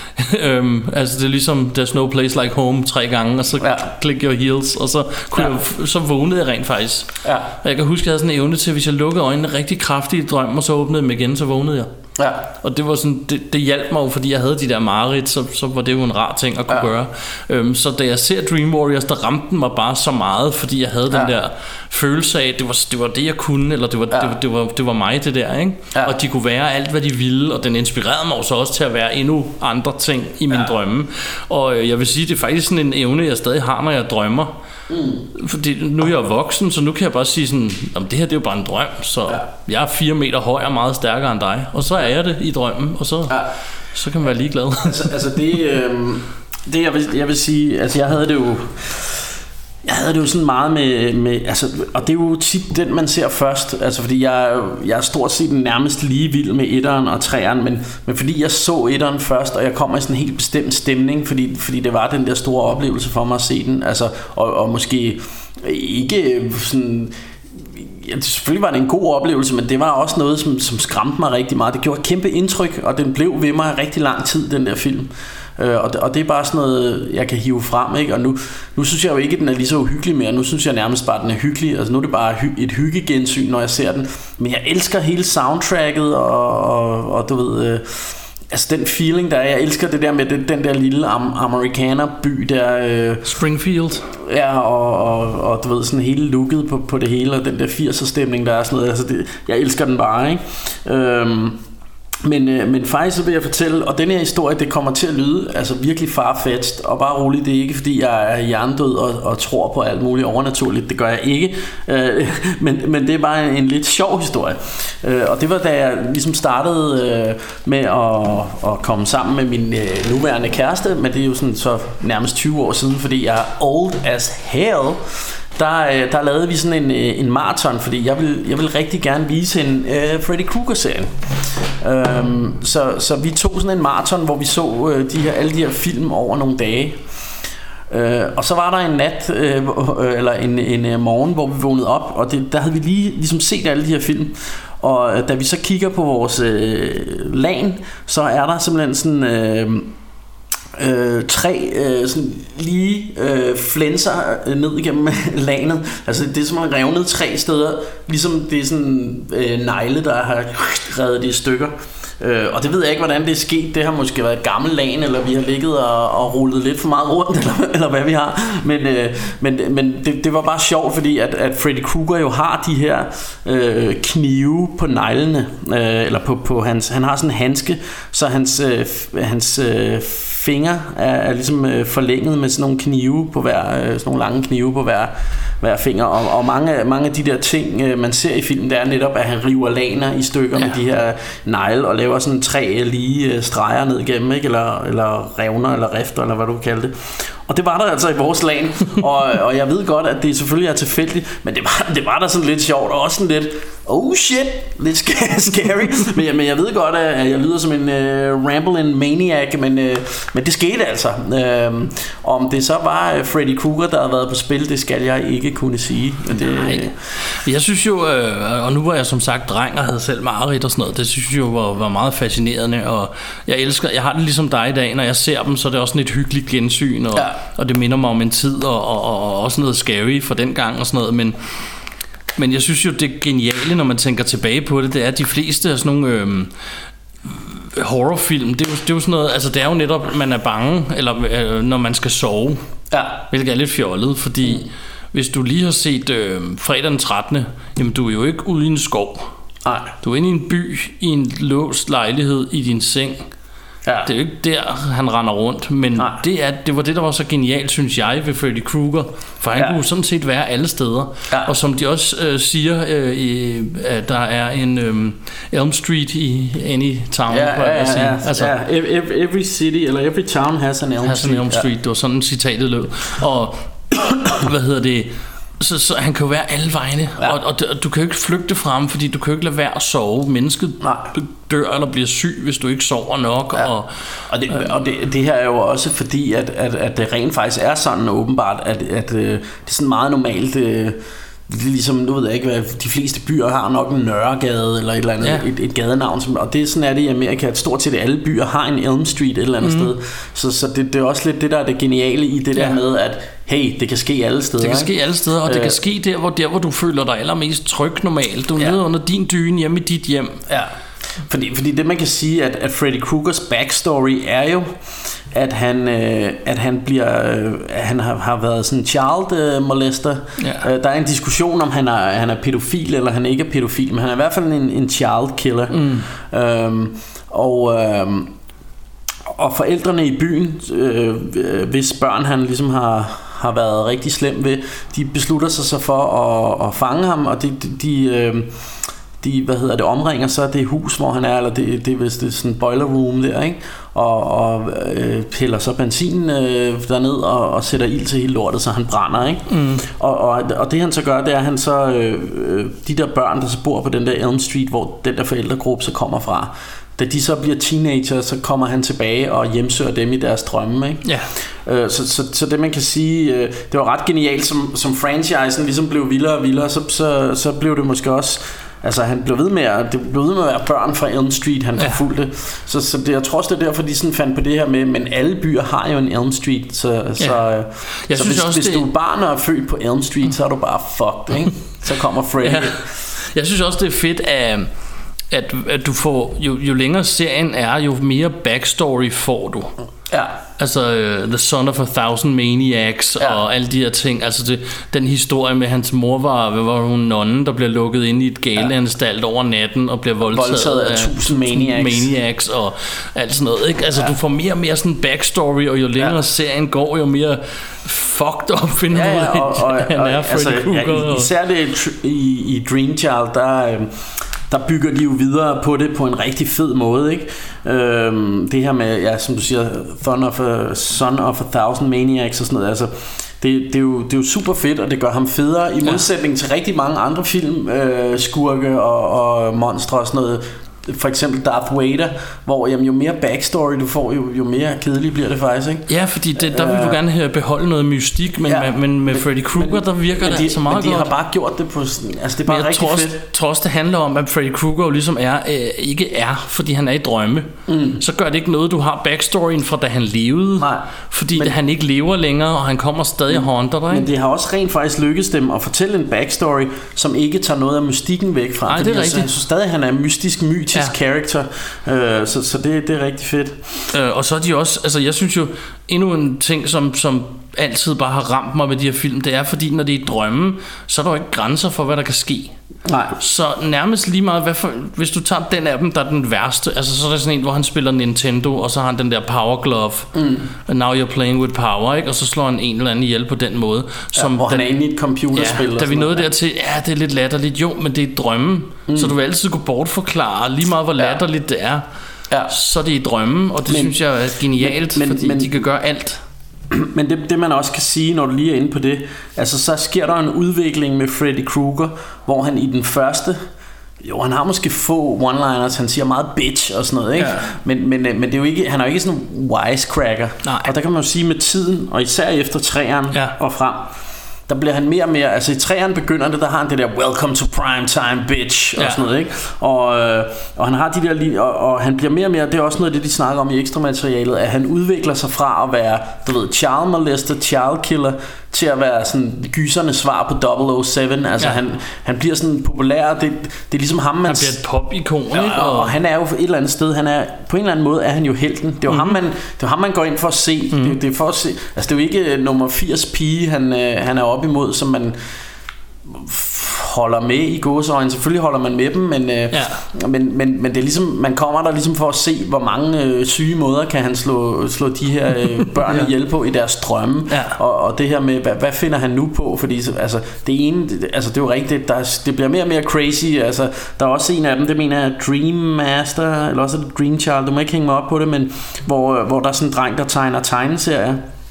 øhm, altså det er ligesom There's no place like home tre gange, og så ja. click your heels, og så, kunne ja. jeg, så vågnede jeg rent faktisk. Ja. Og jeg kan huske, at jeg havde sådan en evne til, hvis jeg lukkede øjnene rigtig kraftigt i drømmen, og så åbnede dem igen, så vågnede jeg. Ja. Og det var sådan, det, det hjalp mig jo, fordi jeg havde de der mareridt, så, så var det jo en rar ting at kunne ja. gøre. øhm, Så da jeg ser Dream Warriors, der ramte den mig bare så meget, fordi jeg havde ja. den der følelse af, det var, det var det jeg kunne, eller det var, ja. det, var, det, var, det var mig det der, ikke? Ja. Og de kunne være alt hvad de ville, og den inspirerede mig så også til at være endnu andre ting i mine ja. drømme. Og øh, jeg vil sige, det er faktisk sådan en evne jeg stadig har, når jeg drømmer. Mm. Fordi nu er jeg voksen, så nu kan jeg bare sige sådan, det her det er jo bare en drøm. Så ja. jeg er fire meter høj og meget stærkere end dig, og så er jeg det i drømmen, og så, ja. så kan man være ligeglad. altså, altså det, øh, det jeg, vil, jeg vil sige, altså jeg havde det jo Jeg havde det jo sådan meget med, med altså, og det er jo tit den man ser først, altså fordi jeg, jeg er stort set nærmest lige vild med etteren og treeren, men, men fordi jeg så etteren først, og jeg kommer i sådan en helt bestemt stemning, fordi, fordi det var den der store oplevelse for mig at se den, altså, og, og måske ikke sådan... Ja, selvfølgelig var det en god oplevelse, men det var også noget, som, som skræmte mig rigtig meget. Det gjorde et kæmpe indtryk, og den blev ved mig rigtig lang tid, den der film. Øh, og, det, og det er bare sådan noget, jeg kan hive frem, ikke? Og nu, nu synes jeg jo ikke, at den er lige så uhyggelig mere. Nu synes jeg nærmest bare, at den er hyggelig. Altså nu er det bare hy- et hyggegensyn, når jeg ser den. Men jeg elsker hele soundtracket, og, og, og du ved... Øh, altså den feeling der er, jeg elsker det der med det, den der lille am- amerikanerby der øh, Springfield. Ja, og, og, og du ved sådan hele looket på, på det hele, og den der firser stemning der er sådan noget, altså det, jeg elsker den bare, ikke? Øhm, Men, øh, men faktisk så vil jeg fortælle, og den her historie, det kommer til at lyde altså virkelig farfetched, og bare roligt, det er ikke fordi jeg er hjernedød og, og tror på alt muligt overnaturligt, det gør jeg ikke, øh, men, men det er bare en, en lidt sjov historie, øh, og det var da jeg ligesom startede øh, med at, at komme sammen med min øh, nuværende kæreste, men det er jo sådan så nærmest tyve år siden, fordi jeg er old as hell. Der, der lavede vi sådan en, en maraton, fordi jeg vil, jeg vil rigtig gerne vise en uh, Freddy Krueger-serien. Um, så, så vi tog sådan en maraton, hvor vi så uh, de her, alle de her film over nogle dage. Uh, og så var der en nat, uh, eller en, en uh, morgen, hvor vi vågnede op, og det, der havde vi lige ligesom set alle de her film. Og uh, da vi så kigger på vores uh, LAN, så er der simpelthen sådan... Uh, Øh, tre øh, sådan lige øh, flænser øh, ned igennem lanet. Altså det er som en revnet tre steder, ligesom det er sådan øh, negle, der har revet det i stykker. Øh, og det ved jeg ikke, hvordan det er sket. Det har måske været et gammelt lagen, eller vi har ligget og, og rullet lidt for meget rundt, eller, eller hvad vi har. Men, øh, men, men det, det var bare sjovt, fordi at, at Freddy Krueger jo har de her øh, knive på neglene, øh, eller på, på hans, han har sådan en handske, så hans, øh, hans øh, fingre er, er ligesom øh, forlænget med sådan nogle knive på hver, øh, sådan nogle lange knive på hver, hver finger. Og, og mange, mange af de der ting, øh, man ser i filmen, det er netop, at han river laner i stykker, ja, med de her negle, og laver sådan tre lige streger ned igennem, ikke? Eller, eller revner, eller rifter, eller hvad du kan kalde det. Og det var der altså i vores LAN. og, og jeg ved godt, at det selvfølgelig er tilfældigt, men det var, det var der sådan lidt sjovt, og også sådan lidt, oh shit, lidt scary. men, jeg, men jeg ved godt, at jeg lyder som en uh, rambling maniac, men, uh, men det skete altså. Uh, om det så var uh, Freddy Krueger, der havde været på spil, det skal jeg ikke kunne sige. Men det, Nej. Jeg synes jo, øh, og nu var jeg som sagt dreng og havde selv mareridt og sådan noget, det synes jeg jo var, var meget fascinerende, og jeg elsker, jeg har det ligesom dig i dag, når jeg ser dem, så er det også sådan et hyggeligt gensyn, og, ja, og det minder mig om en tid, og, og, og også noget scary for den gang og sådan noget, men Men jeg synes jo, det geniale, når man tænker tilbage på det, det er, at de fleste af sådan nogle øhm, horrorfilm, det er, jo, det er jo sådan noget, altså det er jo netop, man er bange, eller øh, når man skal sove, ja, hvilket er lidt fjollet, fordi mm. hvis du lige har set øh, fredag den trettende, jamen du er jo ikke ude i en skov. Nej. Du er inde i en by, i en låst lejlighed, i din seng. Ja. Det er jo ikke der, han render rundt, men det, er, det var det, der var så genialt, synes jeg, ved Freddy Krueger, for han, ja, kunne sådan set være alle steder, ja, og som de også øh, siger, øh, i, at der er en øh, Elm Street i any town, ja, ja, ja, sige. Altså, ja, every, every city, eller every town has an Elm has Street, an Elm Street, ja. Det var sådan citatet lød, og hvad hedder det, Så, så han kan jo være alle vegne, ja, og, og, og du kan jo ikke flygte fra ham, fordi du kan jo ikke lade være at sove. Mennesket Nej. dør eller bliver syg, hvis du ikke sover nok. Ja. Og, og, det, og det, det her er jo også fordi, at, at, at det rent faktisk er sådan åbenbart, at, at øh, det er sådan meget normalt. Øh, det er ligesom, nu ved jeg ikke, hvad de fleste byer har nok en Nørregade eller et eller andet, ja, et, et gadenavn, som, og det sådan er det i Amerika, at stort set alle byer har en Elm Street et eller andet, mm, sted. Så, så det, det er også lidt det der er det geniale i det, ja, der med, at hey, det kan ske alle steder. Det kan ske alle steder, og det øh, kan ske der hvor, der, hvor du føler dig allermest tryg normalt. Du er, ja, nede under din dyne hjemme i dit hjem. Ja. Fordi, fordi det man kan sige, at, at Freddy Kruegers backstory er jo, at han, øh, at han bliver, øh, han har, har været sådan en child øh, molester. Ja. Øh, der er en diskussion om han er, han er pædofil eller han ikke er pædofil, men han er i hvert fald en, en child killer. Mm. Øhm, og øh, og forældrene i byen, øh, hvis børn han ligesom har har været rigtig slem ved, de beslutter sig så for at, at fange ham, og de, de, de øh, de, hvad hedder det, omringer så det hus, hvor han er, eller det, det er vist det sådan boiler room der, ikke? og, og øh, hælder så benzin øh, derned og, og sætter ild til hele lortet, så han brænder, ikke? Mm. Og, og, og det han så gør, det er, at han så øh, de der børn, der så bor på den der Elm Street, hvor den der forældregruppe så kommer fra, da de så bliver teenager, så kommer han tilbage og hjemsøger dem i deres drømme, ikke? Ja. Øh, så, så, så det man kan sige, øh, det var ret genialt, som, som franchisen ligesom blev vildere og vildere, så, så, så blev det måske også, altså han blev ved med at, det blev ved med at være børn fra Elm Street, han forfulgte. Ja. Så, så det, jeg tror også, det er derfor, de sådan fandt på det her med, men alle byer har jo en Elm Street, så, ja. så, jeg så synes hvis, også, hvis det... du er barn og er født på Elm Street, så er du bare fucked, ikke? Så kommer Freddy. Ja. Jeg synes også, det er fedt, at At, at du får jo, jo længere serien er, jo mere backstory får du. Ja. Altså uh, The Son of a Thousand Maniacs, ja. Og alle de her ting. Altså det, den historie med hans mor var, hvad var hun, nonnen, der bliver lukket ind i et galeanstalt over natten og bliver voldtaget, voldtaget af tusind maniacs. maniacs og alt sådan noget, ikke? Altså ja. Du får mere og mere sådan backstory, og jo længere ja. serien går, jo mere fucked up finder ja, ja, ud af, og, og, han og, er Freddy altså, Krueger. Ja, især det i, i Dream Child, der der bygger de jo videre på det på en rigtig fed måde, ikke? Øhm, det her med, ja, som du siger, Son of a, Son of a Thousand Maniacs og sådan noget, altså det, det, er jo, det er jo super fedt, og det gør ham federe i modsætning ja. til rigtig mange andre film, øh, skurke og, og monstre og sådan noget. For eksempel Darth Vader, hvor jamen, jo mere backstory du får, jo, jo mere kedeligt bliver det faktisk, ikke? Ja, fordi det, der vil du gerne have beholde noget mystik, men, ja, men med Freddy Krueger, der virker men det de, altså meget godt. Men de har bare gjort det på sådan, altså det er bare rigtig tror fedt. Jeg tror også, det handler om, at Freddy Krueger jo ligesom er, øh, ikke er, fordi han er i drømme. Mm. Så gør det ikke noget, du har backstoryen fra da han levede. Nej. Fordi men, han ikke lever længere, og han kommer stadig og haunter dig. Men det har også rent faktisk lykkedes dem at fortælle en backstory, som ikke tager noget af mystikken væk fra. Nej, det er rigtigt. Jeg synes stadig, han er en mystisk, mytisk ja. character. Øh, så så det, det er rigtig fedt. øh, Og så er de også, altså jeg synes jo, endnu en ting som, som altid bare har ramt mig ved de her film, det er fordi når det er i drømme, så er der jo ikke grænser for hvad der kan ske. Nej. Så nærmest lige meget hvad for, hvis du tager den af dem, der er den værste, altså så er der sådan en, hvor han spiller Nintendo, og så har han den der Power Glove, mm. Now You're Playing With Power, ikke? Og så slår han en eller anden ihjel på den måde, som ja, hvor den, han er inde i et computerspil. Ja, da vi nåede dertil, ja det er lidt latterligt, jo, men det er drømmen, mm. så du vil altid kunne bortforklare lige meget hvor latterligt det er. Ja. Så er det i drømmen, og det men, synes jeg er genialt, men, fordi men, de kan gøre alt. Men det, det man også kan sige, når du lige er inde på det, altså så sker der en udvikling med Freddy Krueger, hvor han i den første, jo han har måske få one-liners, han siger meget bitch og sådan noget, ikke? Ja. Men, men, men det er jo ikke, han er jo ikke sådan en wisecracker. Nej. Og der kan man jo sige med tiden, og især efter treeren ja. og frem, der bliver han mere og mere, altså i treeren begynder det, der har han det der welcome to prime time bitch og ja. sådan noget, ikke? Og, øh, og han har de der, og, og han bliver mere og mere, det er også noget af det de snakker om i ekstra materialet, at han udvikler sig fra at være, du ved, child molester, child killer, til at være sådan gysernes svar på double oh seven. Altså ja. han, han bliver sådan populær. Det, det er ligesom ham man, han bliver et pop-ikon, ja, ikke? Og, og han er jo et eller andet sted, han er på en eller anden måde er han jo helten. Det er jo mm-hmm. ham man, det er ham man går ind for at se. Mm-hmm. Det, det er for at se. Altså det er jo ikke nummer firs pige han øh, han er op imod, som man holder med i gåseøjne. Selvfølgelig holder man med dem, men, øh, ja. men, men, men det er ligesom, man kommer der ligesom for at se, hvor mange øh, syge måder kan han slå, slå de her øh, børn ja. ihjel på i deres drømme. Ja. Og, og det her med, hvad, hvad finder han nu på? Fordi altså, det ene, altså det er jo rigtigt, der, det bliver mere og mere crazy. Altså, der er også en af dem, det mener jeg, Dream Master, eller også Dream Child, du må ikke hænge mig op på det, men hvor, hvor der er sådan en dreng, der tegner tegneserier.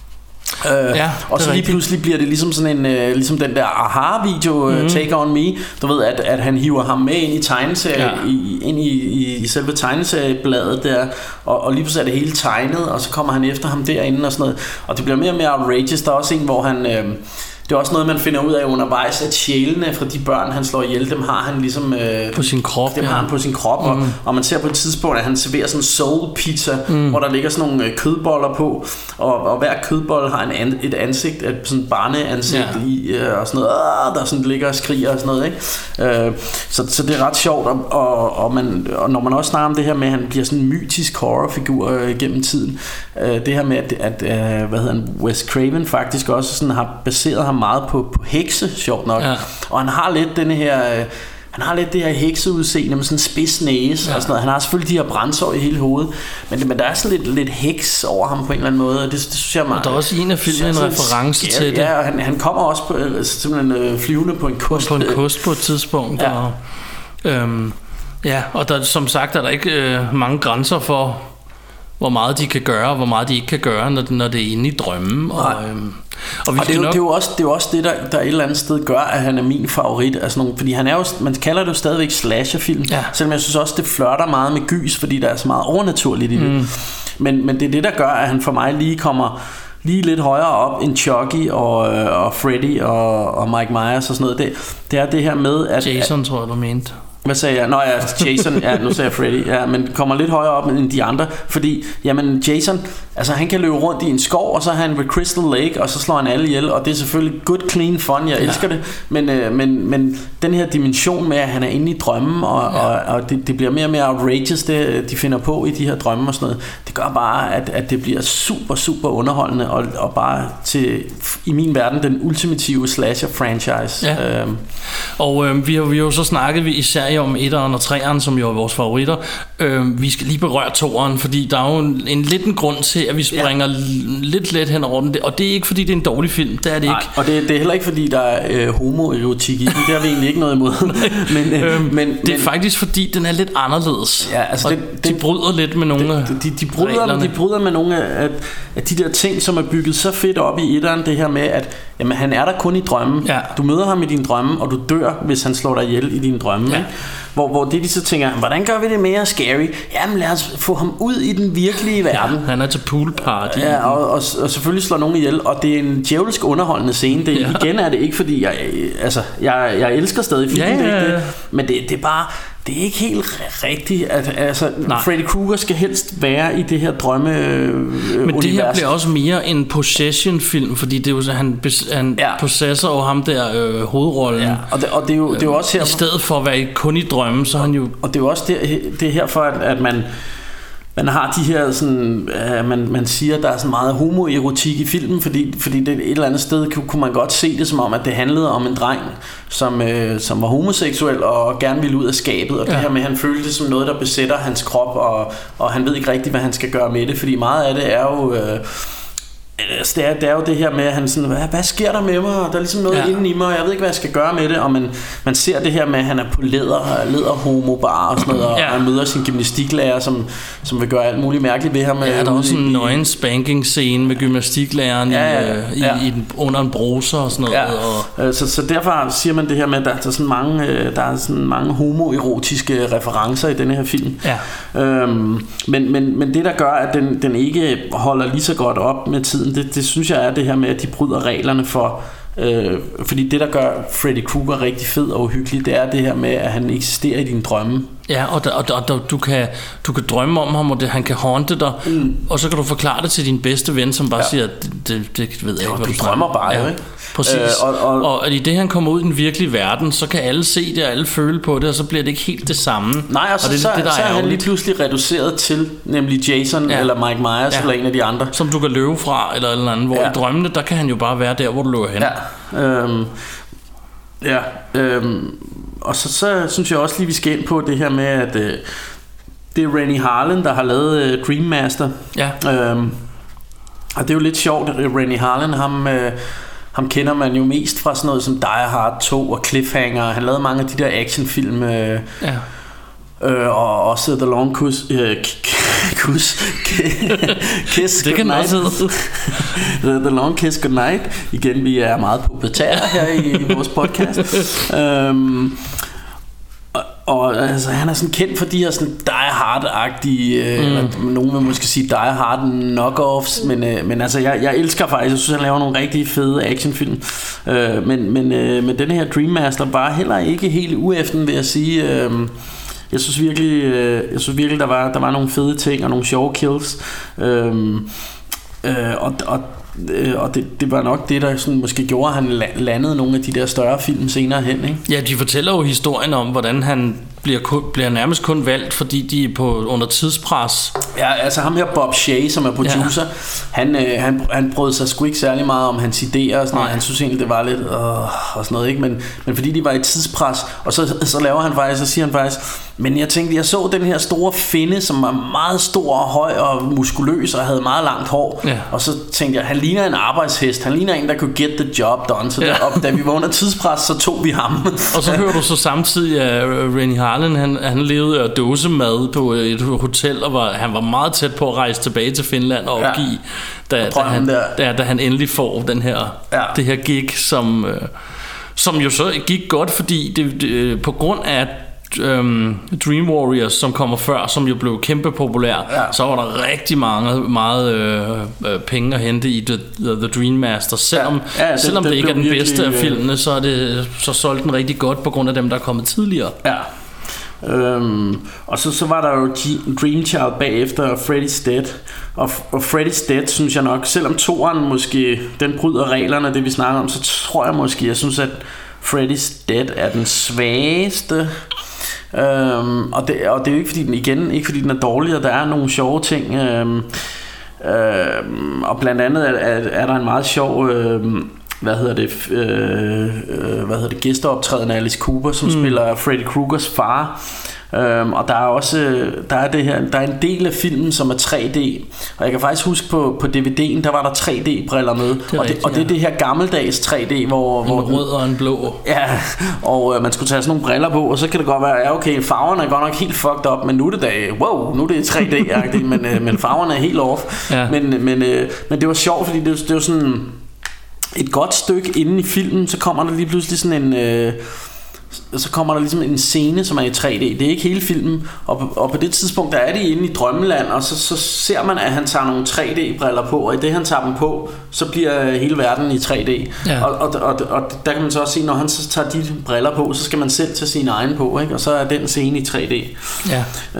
Øh, ja, og så lige rigtigt. Pludselig bliver det ligesom sådan en øh, ligesom den der aha-video mm-hmm. Take On Me. Du ved at, at han hiver ham med ind i tegneserie ja. i, ind i, i, i selve tegneseriebladet der, og, og lige pludselig er det hele tegnet, og så kommer han efter ham derinde og sådan noget. Og det bliver mere og mere outrageous. Der er også en, hvor han øh, det er også noget man finder ud af undervejs, at sjælene fra de børn han slår ihjel, dem har han ligesom øh, på sin krop. Dem ja. har han på sin krop mm. og, og man ser på et tidspunkt at han serverer sådan en soul pizza mm. hvor der ligger sådan nogle øh, kødboller på, og, og hver kødbolle har en an, et ansigt, et sådan barneansigt ja. i øh, og sådan noget, øh, der sådan ligger og skriger og sådan noget, ikke? Øh, så, så det er ret sjovt, og, og, og, man, og når man også snakker om det her med at han bliver sådan en mytisk horrorfigur øh, gennem tiden, øh, det her med at, at øh, hvad hedder han, Wes Craven faktisk også sådan har baseret ham meget på, på hekse, sjovt nok. Ja. Og han har lidt denne her øh, han har lidt det her hekseudseende med sådan en spids næse ja. og sådan noget. Han har selvfølgelig de her brændsår i hele hovedet, men, men der er sådan lidt, lidt heks over ham på en eller anden måde, og det, det synes jeg meget. Og der er også en af filmen en reference scary. til det. Ja, og han, han kommer også på, simpelthen øh, flyvende på en kost. På en kost på et tidspunkt. Ja, og, øhm, ja, og der, som sagt er der ikke øh, mange grænser for hvor meget de kan gøre, og hvor meget de ikke kan gøre, når, når det er inde i drømmen. Og, øhm, og, vi og det, er jo, nok... det, er jo også, det er jo også det, der, der et eller andet sted gør, at han er min favorit. Altså nogle, fordi han er jo, man kalder det jo stadigvæk slasherfilm, ja. Selvom jeg synes også, det flirter meget med gys, fordi der er så meget overnaturligt i det. Mm. Men, men det er det, der gør, at han for mig lige kommer lige lidt højere op end Chucky og, og Freddy og, og Mike Myers og sådan noget. Det, det er det her med, at... Jason, tror jeg, du mente. Hvad sagde jeg? Nå ja, Jason, ja, nu sagde jeg Freddy, ja, men kommer lidt højere op end de andre, fordi, jamen, Jason, altså han kan løbe rundt i en skov, og så er han ved Crystal Lake, og så slår han alle ihjel, og det er selvfølgelig good, clean fun, jeg ja. elsker det, men, øh, men, men den her dimension med, at han er inde i drømmen, og, ja. og, og det, det bliver mere og mere outrageous, det de finder på i de her drømme og sådan noget, det gør bare, at, at det bliver super, super underholdende, og, og bare til, i min verden, den ultimative slasher-franchise. Ja. Øhm. Og øh, vi har vi har jo så snakket vi især om etteren og treeren, som jo er vores favoritter. Øh, vi skal lige berøre toeren, fordi der er jo en, en lidt en grund til, at vi springer ja. lidt let hen over den. Og det er ikke fordi det er en dårlig film, det er det Nej, ikke. Og det, det er heller ikke fordi der er øh, homoerotik i den. Det har vi egentlig ikke noget imod. men, øh, øhm, men, det er men, faktisk fordi den er lidt anderledes. Ja, altså det, de bryder lidt med nogle de, de, de, bryder, de bryder med nogle af, af de der ting, som er bygget så fedt op i etteren. Det her med, at jamen, han er der kun i drømmen. Ja. Du møder ham i din drømme, og du dør, hvis han slår dig ihjel i din drømme. Ja. Hvor, hvor det de så tænker, hvordan gør vi det mere scary? Jamen lad os få ham ud i den virkelige verden. Ja, han er til poolparty. Ja, og, og, og selvfølgelig slår nogen ihjel. Og det er en djævelsk underholdende scene. Det, ja. Igen er det ikke fordi jeg, altså, jeg, jeg elsker stadig filmen, ja, ja, ja. Det, det, men det, det er bare, det er ikke helt rigtigt at, altså, Freddy Krueger skal helst være i det her drømme øh, Men univers. det her bliver også mere en possession film, fordi det er jo så, han, han ja. possesser over ham der øh, hovedrollen. Ja. Og, det, og det er jo, det er jo også her, i stedet for at være kun i drømmen, så han jo. Og det er jo også det, det er herfor at, at man man har de her sådan, øh, man, man siger, der er sådan meget homoerotik i filmen, fordi, fordi det et eller andet sted kunne, kunne man godt se det som om, at det handlede om en dreng, som, øh, som var homoseksuel og gerne ville ud af skabet, og ja. det her med, at han følte det som noget, der besætter hans krop, og, og han ved ikke rigtigt, hvad han skal gøre med det, fordi meget af det er jo... Øh, Det er, det er jo det her med, at han sådan, hvad, hvad sker der med mig? Der er ligesom noget ja. inde i mig, og jeg ved ikke, hvad jeg skal gøre med det. Og man, man ser det her med, at han er på leder, lederhomobar og sådan noget, og ja. han møder sin gymnastiklærer, som, som vil gøre alt muligt mærkeligt ved ham. Ja, der er også sådan en nøgen spanking scene med gymnastiklæreren ja, ja, ja. i, ja. i, i, under en bruser og sådan noget. Ja. Og... Så, så derfor siger man det her med, at der er sådan mange, der er sådan mange homoerotiske referencer i denne her film. Ja. Øhm, men, men, men det, der gør, at den, den ikke holder lige så godt op med tiden, Det, det synes jeg er det her med, at de bryder reglerne for, øh, fordi det der gør Freddy Krueger rigtig fed og uhyggelig, det er det her med, at han eksisterer i dine drømme. Ja, og, der, og der, du, kan, du kan drømme om ham, og det, han kan haunte dig, mm. og så kan du forklare det til din bedste ven, som bare ja. siger, det, det, det ved jeg ikke, hvad du, du drømmer bare, ja. ikke? Præcis. Øh, og, og, og i det han kommer ud i den virkelige verden, så kan alle se det, og alle føle på det, og så bliver det ikke helt det samme. Nej, og så, og det, så, det, der så er, er han lige pludselig reduceret til, nemlig Jason ja. eller Mike Myers ja. eller en af de andre, som du kan løbe fra, eller eller andet, hvor ja. i drømmene, der kan han jo bare være der, hvor du løber hen. Ja, øhm, ja øhm, og så, så synes jeg også lige, vi skal ind på det her med, at øh, det er Renny Harlin, der har lavet øh, Dream Master. Ja. Øhm, og det er jo lidt sjovt, at Renny Harlin, ham, øh, ham kender man jo mest fra sådan noget som Die Hard to og Cliffhanger. Han lavede mange af de der actionfilm. Øh, ja. Øh, og også The Long Kiss, øh, Kiss, Kiss det kan også The, The Long Kiss Goodnight. Igen, vi er meget pubertære her i, i vores podcast. øhm, og, og altså, han er sådan kendt for de her sådan Die Hard-agtige, øh, mm. nogen vil måske sige Die Hard knockoffs, men, øh, men altså jeg, jeg elsker faktisk, jeg synes han laver nogle rigtig fede actionfilm, øh, men, men øh, med den her Dream Master var heller ikke helt ueften, vil jeg sige. øh, Jeg synes virkelig, jeg synes virkelig der var der var nogle fede ting og nogle sjove kills, øhm, øh, og og og det, det var nok det der sådan måske gjorde at han landede nogle af de der større film senere hen, ikke? Ja, de fortæller jo historien om hvordan han bliver, kun, bliver nærmest kun valgt, fordi de er på under tidspres. Ja, altså ham her Bob Shaye, som er producer, ja. han, øh, han, han brød sig sgu ikke særlig meget om hans idéer og sådan noget. Han synes egentlig det var lidt øh, og sådan noget, ikke? Men, men fordi de var i tidspres, og så, så laver han faktisk, så siger han faktisk, men jeg tænkte, jeg så den her store finde, som var meget stor og høj og muskuløs og havde meget langt hår, ja. Og så tænkte jeg, han ligner en arbejdshest, han ligner en, der kunne get the job done. Så ja. der, og da vi var under tidspres, så tog vi ham. Og så hører du så samtidig, at Renny Harlin Harlan, han, han levede af dåsemad på et hotel, og var, han var meget tæt på at rejse tilbage til Finland og opgive, ja. da, da, han, da, da han endelig får den her, ja. det her gig, som, øh, som jo så gik godt, fordi det, det, på grund af Um, Dream Warriors, som kommer før, som jo blev kæmpe populær, ja. så var der rigtig mange meget øh, øh, penge at hente i The, The, The Dream Master. Selvom, ja. Ja, det, selvom det, det ikke er den virkelig bedste af filmene, så, er det, så solgte den rigtig godt på grund af dem, der er kommet tidligere. Ja. Øhm, og så, så var der jo Dream Child bagefter, Freddy's Dead. Og, og Freddy's Dead synes jeg nok, selvom toeren måske den bryder reglerne, det vi snakker om, så tror jeg måske, jeg synes at Freddy's Dead er den svageste. Øhm, og, det, og det er jo ikke fordi den igen ikke fordi den er dårlig, og der er nogle sjove ting. Øhm, øhm, og blandt andet er, er, er der en meget sjov øhm, hvad hedder det øh, øh, hvad hedder det gæsteoptræden af Alice Cooper, som mm. spiller Freddy Kruegers far. Um, og der er også der er det her der er en del af filmen som er tre D, og jeg kan faktisk huske på på D V D'en der var der tre D-briller med, det og, rigtigt, det, og det er det her gammeldags tre D, hvor en hvor rød og en blå. Ja, og uh, man skulle tage sådan nogle briller på, og så kan det godt være, ja okay, farverne er godt nok helt fucked up, men nu er det da wow, nu er det tre D-agtigt, men uh, men farverne er helt off. Ja. Men men uh, men det var sjovt, fordi det det var sådan et godt stykke inden i filmen, så kommer der lige pludselig sådan en uh, så kommer der ligesom en scene, som er i tre D. Det er ikke hele filmen, og, og på det tidspunkt der er de inde i drømmeland, og så, så ser man, at han tager nogle tre D-briller på, og i det han tager dem på, så bliver hele verden i tre D. Ja. Og, og, og, og der kan man så også se, når han så tager de briller på, så skal man selv tage sine egne på, ikke? Og så er den scene i tre D. Ja.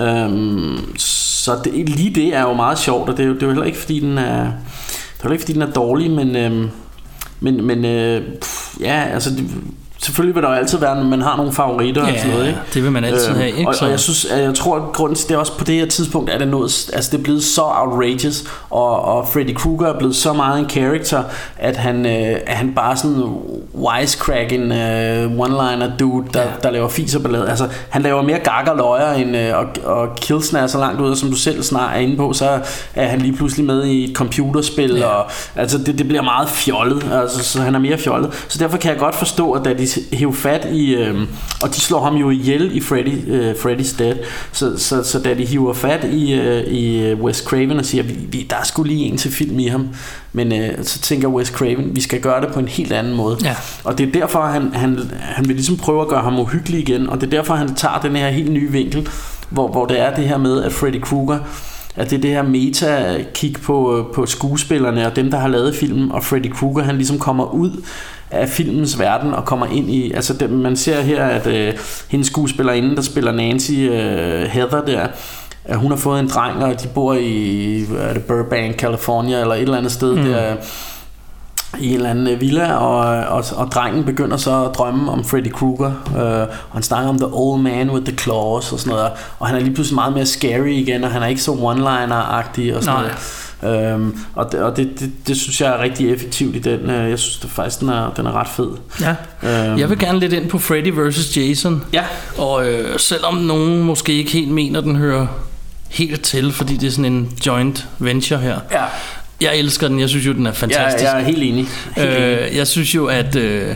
Øhm, så det, lige det er jo meget sjovt, og det er jo, det er jo heller ikke fordi den er, det er ikke fordi den er dårlig, men øhm, men men øh, pff, ja, altså det, selvfølgelig vil der jo altid være, når man har nogle favoritter, ja, og sådan noget, ikke? Det vil man altid øhm, have, ikke? Og, og jeg synes, jeg tror, at grunden til det er også på det her tidspunkt, er det noget, altså det er blevet så outrageous, og, og Freddy Krueger er blevet så meget en character, at han, øh, at han bare sådan wisecracking øh, one-liner dude, der, ja. der laver fis og ballade. Altså, han laver mere gag og løjer, end, øh, og, og Killsene er så langt ud, og som du selv snart er inde på, så er han lige pludselig med i et computerspil, ja. og altså det, det bliver meget fjollet, altså, så han er mere fjollet. Så derfor kan jeg godt forstå, at da de hæve fat i øh, og de slår ham jo ihjel i Freddy, øh, Freddy's Dead, så, så, så da de hiver fat i, øh, i Wes Craven og siger, vi, vi, der er sgu lige en til film i ham, men øh, så tænker Wes Craven, vi skal gøre det på en helt anden måde, ja. Og det er derfor han, han, han vil ligesom prøve at gøre ham uhyggelig igen, og det er derfor han tager den her helt nye vinkel, hvor, hvor det er det her med at Freddy Krueger, at det er det her meta-kig på, på skuespillerne og dem der har lavet filmen, og Freddy Krueger han ligesom kommer ud af filmens verden og kommer ind i, altså det, man ser her at øh, hendes skuespillerinde der spiller Nancy øh, Heather der, at hun har fået en dreng, og de bor i er det Burbank, California eller et eller andet sted, mm. der i en eller anden villa, og, og, og drengen begynder så at drømme om Freddy Krueger, øh, og han snakker om the old man with the claws og sådan noget, og han er lige pludselig meget mere scary igen, og han er ikke så one-liner-agtig og sådan Nej. noget. Øhm, og det, og det, det, det synes jeg er rigtig effektivt i den. Jeg synes det faktisk den er, den er ret fed. Ja. Øhm. Jeg vil gerne lidt ind på Freddy versus. Jason. Ja. Og øh, selvom nogen måske ikke helt mener den hører helt til, fordi det er sådan en joint venture her. Ja. Jeg elsker den. Jeg synes jo den er fantastisk. Ja, jeg er helt enig. Helt øh, enig. Jeg synes jo at øh,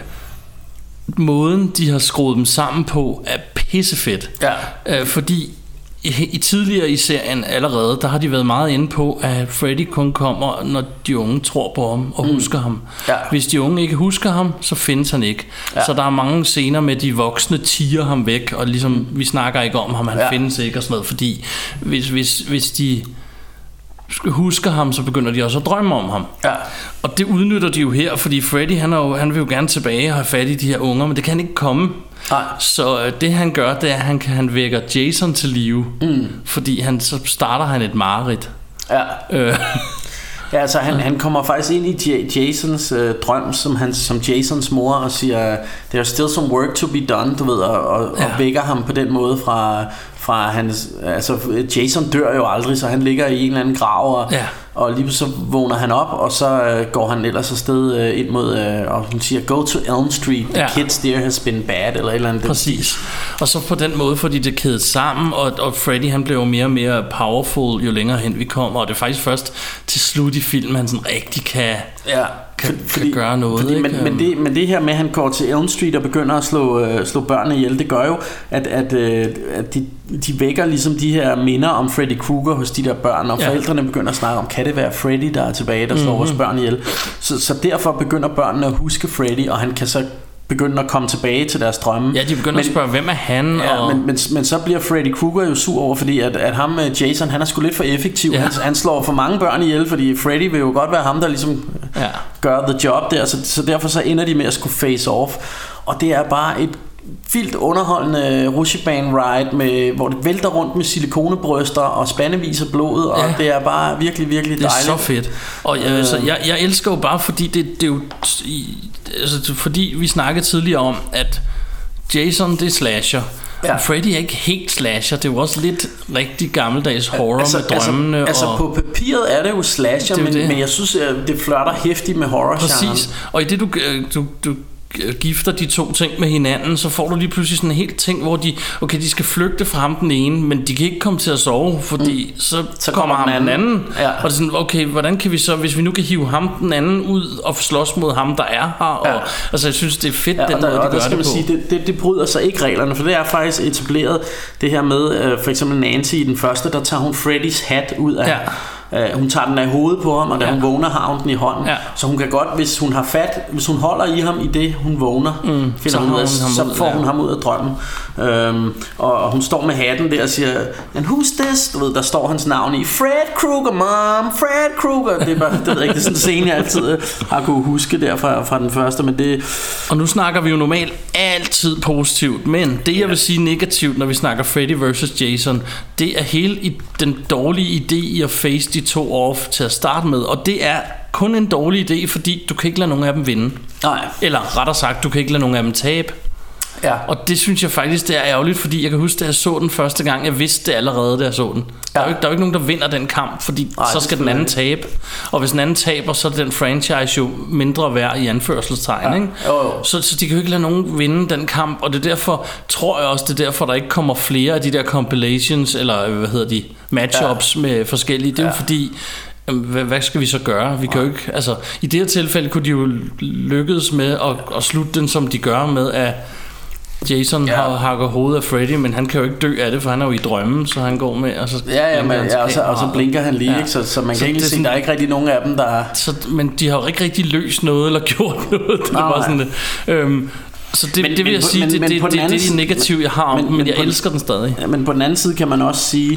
måden de har skruet dem sammen på er pissefedt. Ja. øh, Fordi I, i tidligere i serien allerede, der har de været meget inde på, at Freddy kun kommer, når de unge tror på ham og mm. husker ham. Ja. Hvis de unge ikke husker ham, så findes han ikke. Ja. Så der er mange scener med, de voksne tiger ham væk, og ligesom, mm. vi snakker ikke om ham, han ja. findes ikke og sådan noget, fordi hvis, hvis, hvis de husker ham, så begynder de også at drømme om ham. Ja. Og det udnytter de jo her, fordi Freddy, han, er jo, han vil jo gerne tilbage og have fat i de her unger, men det kan ikke komme. Nej. Så det han gør, det er at han, han vækker Jason til live, mm. fordi han, så starter han et mareridt. Ja. øh. Ja, altså han, han kommer faktisk ind i J- Jasons øh, drøm, som, han, som Jasons mor, og siger, there's still some work to be done, du ved, og, og, ja. og vækker ham på den måde fra, fra hans, altså Jason dør jo aldrig, så han ligger i en eller anden grav, og, ja. og lige så vågner han op, og så øh, går han ellers afsted øh, ind mod, øh, og hun siger, go to Elm Street, the ja. kids there has been bad, eller et eller andet. Præcis. Og så på den måde, fordi det kædet sammen, og, og Freddy han blev mere og mere powerful, jo længere hen vi kommer, og det er faktisk først til slut i filmen, han sådan rigtig kan, ja. kan, fordi, kan gøre noget. Fordi, ikke? men, men, det, men det her med, at han går til Elm Street og begynder at slå, øh, slå børnene ihjel, det gør jo, at, at, øh, at de, de vækker ligesom de her minder om Freddy Krueger hos de der børn, og ja. forældrene begynder at snakke om, kan det være Freddy, der er tilbage, der slår mm-hmm. vores børn ihjel. Så, så derfor begynder børnene at huske Freddy, og han kan så begynder at komme tilbage til deres drømme. Ja, de begynder men, at spørge, hvem er han? Ja, og... men, men, men så bliver Freddy Krueger jo sur over, fordi at, at ham, Jason, han er sgu lidt for effektiv. Ja. Han, han slår for mange børn ihjel, fordi Freddy vil jo godt være ham, der ligesom ja. gør the job der, så, så derfor så ender de med at skulle face off. Og det er bare et vildt underholdende rutsjebane-ride, med, hvor det vælter rundt med silikonebryster og spandevis af blod, og ja. det er bare virkelig, virkelig dejligt. Det er så fedt. Og jeg, altså, jeg, jeg elsker jo bare, fordi det, det er jo... Altså, fordi vi snakkede tidligere om, at Jason, det er slasher. Ja. Og Freddy er ikke helt slasher. Det er jo også lidt rigtig gammeldags horror altså, med drømmene. Altså, og... altså på papiret er det jo slasher, det men, det. men jeg synes, det flirter hæftigt med horror-genren. Præcis. Og i det du, du, du gifter de to ting med hinanden, så får du lige pludselig sådan en helt ting, hvor de, okay, de skal flygte fra ham den ene, men de kan ikke komme til at sove, fordi mm. så, så kommer ham den anden. Den anden. Ja. Og det er sådan, okay, hvordan kan vi så, hvis vi nu kan hive ham den anden ud og slås mod ham, der er her, ja. og altså jeg synes, det er fedt, ja, den og der, måde, de og gør der skal det man på. Sige, det, det, det bryder sig ikke reglerne, for det er faktisk etableret, det her med, øh, for eksempel Nancy i den første, der tager hun Freddys hat ud af... Ja. Uh, hun tager den af hovedet på ham, og da ja. hun vågner har hun den i hånden, ja. så hun kan godt, hvis hun har fat, hvis hun holder i ham i det hun vågner, mm, finder hun ud af, så ud, får ja. hun ham ud af drømmen. um, og, og hun står med hatten der og siger, and who's this? Du ved, der står hans navn i, Fred Krueger, mom, Fred Krueger. Det er bare, det ved jeg ikke, det er sådan en scene jeg altid har kunne huske der fra, fra den første, men det... Og nu snakker vi jo normalt altid positivt, men det jeg vil sige negativt, når vi snakker Freddy versus Jason, det er hele i den dårlige idé i at face de to off til at starte med, og det er kun en dårlig idé, fordi du kan ikke lade nogen af dem vinde. Nej. Eller rettere sagt, du kan ikke lade nogen af dem tabe. Ja. Og det synes jeg faktisk, det er ærgerligt, fordi jeg kan huske, da jeg så den første gang, jeg vidste det allerede, da jeg så den. Der er jo ikke, der er jo ikke nogen, der vinder den kamp, fordi nej, så skal den anden tabe. Og hvis den anden taber, så er den franchise jo mindre værd i anførselstegn, ja. ikke? Jo, jo. Så, så de kan jo ikke lade nogen vinde den kamp, og det er derfor, tror jeg også, det er derfor, der ikke kommer flere af de der compilations, eller hvad hedder de, matchups ja. med forskellige. Det er ja. jo fordi... Hvad, hvad skal vi så gøre? Vi kan jo ikke, altså, i det her tilfælde kunne de jo lykkedes med at, at slutte den, som de gør med, at Jason ja. har hakker hovedet af Freddy, men han kan jo ikke dø af det, for han er jo i drømmen, så han går med, og så, ja, ja, men, ja, og, så og så blinker han lige, ja. ikke? Så, så man så kan egentlig se, der er ikke rigtig nogen af dem, der... Så, men de har jo ikke rigtig løst noget, eller gjort noget. Det var sådan det. Øhm, så det, men, det vil men, jeg sige, men, det, men, det, det, det, det er det negative, jeg har om, men, men, men jeg på, elsker den stadig. Ja, men på den anden side kan man også sige,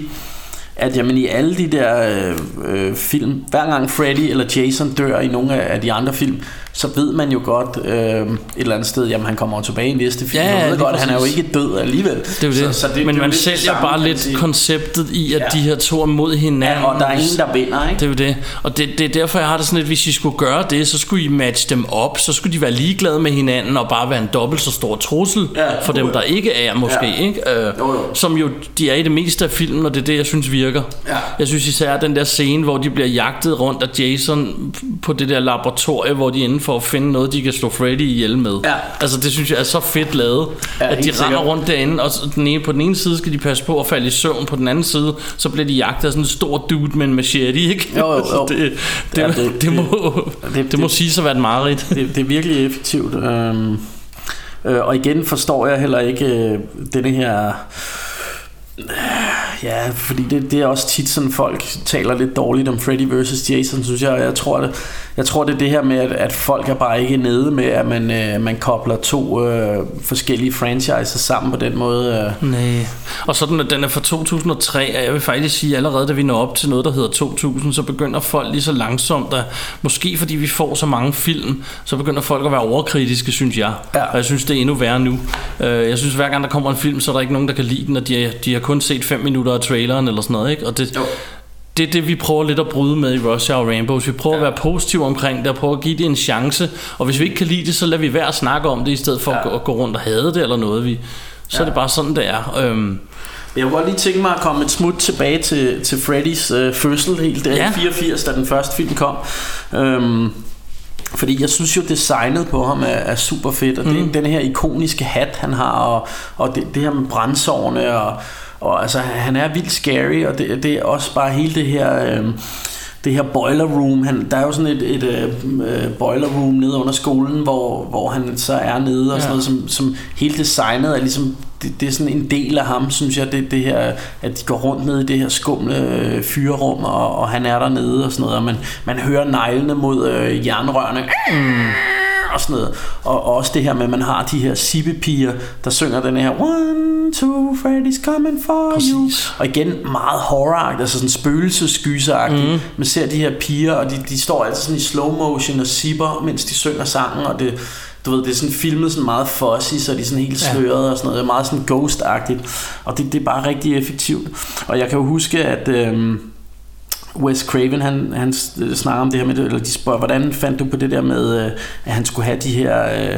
at jamen, i alle de der øh, øh, film, hver gang Freddy eller Jason dør i nogle af de andre film, så ved man jo godt øh, et eller andet sted, jamen han kommer tilbage i næste film. Ja, man ved godt, han er jo ikke død alligevel. Det er jo det. Så, så det men det man lidt sælger samme, bare lidt konceptet i, at ja. de her to er mod hinanden. Ja, og der er ingen, der vinder, ikke? Det er jo det. Og det, det er derfor, jeg har det sådan lidt, hvis I skulle gøre det, så skulle I matche dem op, så skulle de være ligeglade med hinanden, og bare være en dobbelt så stor trussel ja, for dem, der ikke er, måske. Ja. Ikke? Øh, jo, jo. Som jo, de er i det meste af filmen, og det er det, jeg synes virker. Ja. Jeg synes især den der scene, hvor de bliver jagtet rundt af Jason på det der laboratorie, hvor de er inde for at finde noget, de kan slå Freddy ihjel med. Ja. Altså det synes jeg er så fedt lavet, ja, at de render sikkert rundt derinde, og den ene, på den ene side skal de passe på at falde i søvn, på den anden side så bliver de jagtet af sådan en stor dude med en machete, ikke? Jo, jo, jo. det, det, ja, det, det, det, må, det, det, det må sige sig være et mareridt. Det, det er virkelig effektivt. Um, øh, og igen forstår jeg heller ikke øh, denne her... Ja, fordi det, det er også tit sådan, folk taler lidt dårligt om Freddy versus Jason, synes jeg. Jeg tror det, jeg tror det er det her med, at, at folk er bare ikke nede med, at man, øh, man kobler to øh, forskellige franchises sammen på den måde. Øh. Nej. Og sådan at den er fra to tusind og tre, og jeg vil faktisk sige, allerede da vi når op til noget, der hedder to tusind, så begynder folk lige så langsomt, at, måske fordi vi får så mange film, så begynder folk at være overkritiske, synes jeg. Ja. Og jeg synes, det er endnu værre nu. Jeg synes, hver gang der kommer en film, så er der ikke nogen, der kan lide den, og de, de har kun set fem minutter af traileren eller sådan noget, ikke? Og det, det er det, vi prøver lidt at bryde med i Rush Hour Rambos. Vi prøver ja. at være positive omkring det, og prøve at give det en chance. Og hvis vi ikke kan lide det, så lader vi være at snakke om det, i stedet for ja. at, gå, at gå rundt og hade det eller noget. Vi, så ja. er det bare sådan, det er. Øhm. Jeg kunne godt lige tænke mig at komme et smut tilbage til, til Freddys øh, fødsel, helt der ja. i fireogfirs, da den første film kom. Øhm. Fordi jeg synes jo designet på ham er, er super fedt, og det er mm. den her ikoniske hat han har, og, og det, det her med brandsårene, og, og altså han er vildt scary, og det, det er også bare hele det her øh, det her boiler room. Han, der er jo sådan et, et, et uh, boiler room nede under skolen, hvor, hvor han så er nede og sådan ja. noget, som, som hele designet er ligesom, det, det er sådan en del af ham, synes jeg, det, det her, at de går rundt ned i det her skumle øh, fyrerum, og, og han er dernede og sådan noget, og man, man hører neglene mod øh, jernrørene, mm. og sådan noget, og, og også det her med, at man har de her sippepiger, der synger den her one, two, Freddy's coming for Præcis. you, og igen meget horror-agtigt, altså sådan spøgelsesgyseragtigt. Mm. Man ser de her piger, og de, de står altid sådan i slow motion og sipper, mens de synger sangen, og det, du ved, det er sådan filmet sådan meget fuzzy, så de er sådan helt sløret og sådan noget, det er meget sådan ghost-agtigt, og det, det er bare rigtig effektivt. Og jeg kan jo huske, at øhm, Wes Craven, han, han snakker om det her med det, eller de spørger, hvordan fandt du på det der med, øh, at han skulle have de her øh,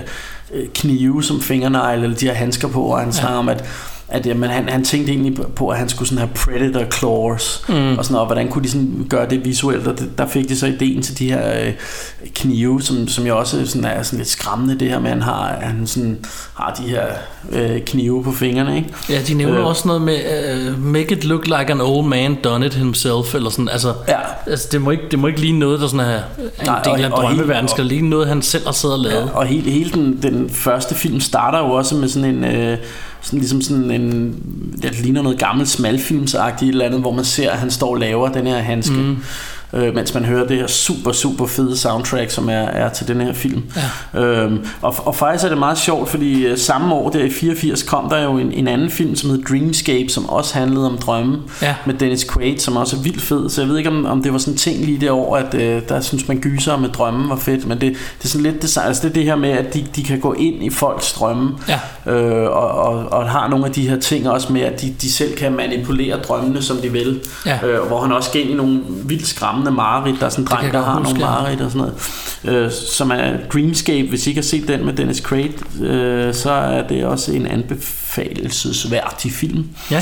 knive som fingernegle, eller de her handsker på, og han snakker ja. om, at at jamen, han, han tænkte egentlig på, at han skulle sådan have predator claws mm. og sådan noget, og hvordan kunne de sådan gøre det visuelt, og det, der fik de så ideen til de her øh, knive, som, som jo også sådan er sådan lidt skræmmende, det her med, at han har, han sådan, har de her øh, knive på fingrene, ikke? Ja, de nævner øh, også noget med uh, make it look like an old man done it himself, eller sådan, altså, ja. altså det, må ikke, det må ikke ligne noget, der sådan er en Nej, del af drømmeverden, skal ligne noget, han selv har siddet og lavet. Ja, og hele, hele den, den første film starter jo også med sådan en øh, sådan ligesom sådan en, det ligner noget gammelt smalfilmsagtigt eller andet, hvor man ser, at han står og laver den her handske, mm. øh, mens man hører det her super, super fede soundtrack, som er, er til den her film. Ja. Øhm, og, og faktisk er det meget sjovt, fordi øh, samme år, der i fireogfirs, kom der jo en, en anden film, som hed Dreamscape, som også handlede om drømme, ja. med Dennis Quaid, som også er vildt fed. Så jeg ved ikke, om, om det var sådan en ting lige det år, at øh, der synes man gyser med drømme var fedt, men det, det er sådan lidt det, altså det, er det her med, at de, de kan gå ind i folks drømme, ja. øh, og, og, og har nogle af de her ting også med, at de, de selv kan manipulere drømmene, som de vil. Ja. Øh, hvor han også går ind i nogle vildt skræmmende mareridt. Der er sådan en dreng, der har huske, nogle mareridt og sådan noget. Øh, som er Dreamscape. Hvis I ikke har set den med Dennis Quaid, øh, så er det også en anbefalelsesværdig film. Ja.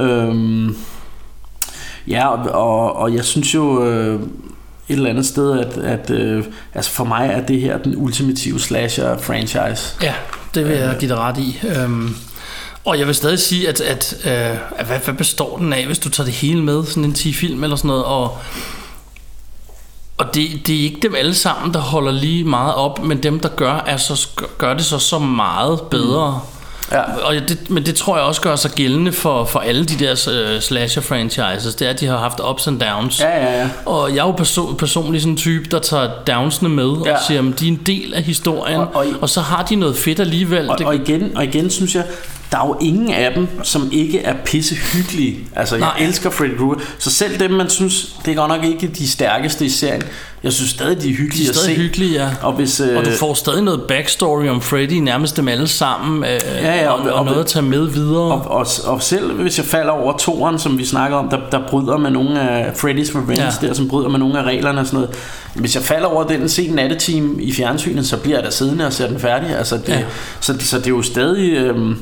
Øhm, ja, og, og, og jeg synes jo øh, et eller andet sted, at, at øh, altså for mig er det her den ultimative slasher-franchise. Ja, det vil jeg give dig ret i. Øhm Og jeg vil stadig sige, at, at, øh, at hvad, hvad består den af, hvis du tager det hele med, sådan en ti film eller sådan noget, og, og det, det er ikke dem alle sammen, der holder lige meget op, men dem, der gør, er så, gør det så så meget bedre. Mm. Ja. Og det, men det tror jeg også gør sig gældende for, for alle de der uh, slasher franchises. Det er, at de har haft ups and downs. Ja, ja, ja. Og jeg er jo perso- personligt sådan en type, der tager downsene med, ja. og siger, at de er en del af historien, og, og, og så har de noget fedt alligevel. Og, det... og, igen, og igen synes jeg, der er jo ingen af dem, som ikke er pissehyggelige. Altså, jeg Nej. elsker Freddy Krueger. Så selv dem, man synes, det er godt nok ikke de stærkeste i serien, jeg synes stadig, de er hyggelige de er stadig at se. Hyggelige, ja. Og, hvis, øh... og du får stadig noget backstory om Freddy, nærmest dem alle sammen, øh, ja, ja, og, og, og noget at tage med videre. Og, og, og selv hvis jeg falder over toeren, som vi snakker om, der, der bryder med nogle af Freddy's Revenge, ja. der som bryder med nogle af reglerne og sådan noget. Hvis jeg falder over den sen nattetime i fjernsynet, så bliver jeg der siddende og ser den færdig. Altså, det, ja. så, så det er jo stadig... Øh,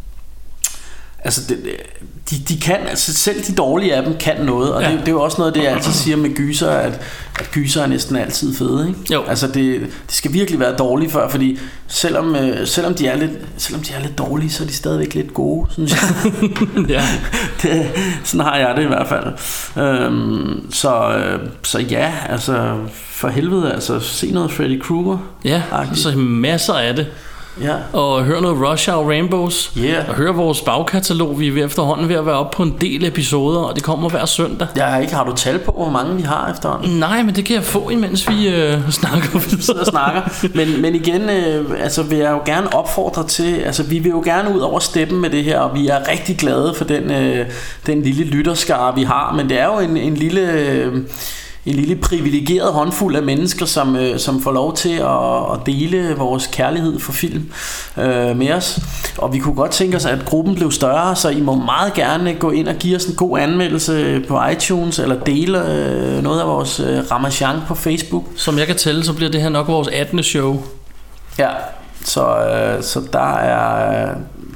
Altså det, de, de kan, altså selv de dårlige af dem kan noget. Og ja. det, det er jo også noget af det, jeg altid siger med gyser, at, at gyser er næsten altid fede, ikke? Jo. Altså det, det skal virkelig være dårlige før, fordi selvom, øh, selvom, de er lidt, selvom de er lidt dårlige, så er de stadigvæk lidt gode, synes jeg. Ja. det, sådan har jeg det i hvert fald. øhm, så, øh, så ja, altså for helvede, altså se noget Freddy Krueger. Ja, så masser af det. Ja. Og hør noget Rush Hour Rainbows, yeah. og hør vores bagkatalog. Vi er ved efterhånden ved at være oppe på en del episoder, og det kommer hver søndag. Jeg har ikke, har du tal på, hvor mange vi har efterhånden? Nej, men det kan jeg få, imens vi øh, snakker. Vi sidder og snakker. Men, men igen, øh, altså vil jeg jo gerne opfordre til, altså vi vil jo gerne ud over steppen med det her, og vi er rigtig glade for den, øh, den lille lytterskare, vi har, men det er jo en, en lille... Øh, en lille privilegeret håndfuld af mennesker, som, øh, som får lov til at, at dele vores kærlighed for film øh, med os. Og vi kunne godt tænke os, at gruppen blev større, så I må meget gerne gå ind og give os en god anmeldelse på iTunes, eller dele øh, noget af vores øh, Ramachan på Facebook. Som jeg kan tælle, så bliver det her nok vores attende show. Ja, så, øh, så der er... Der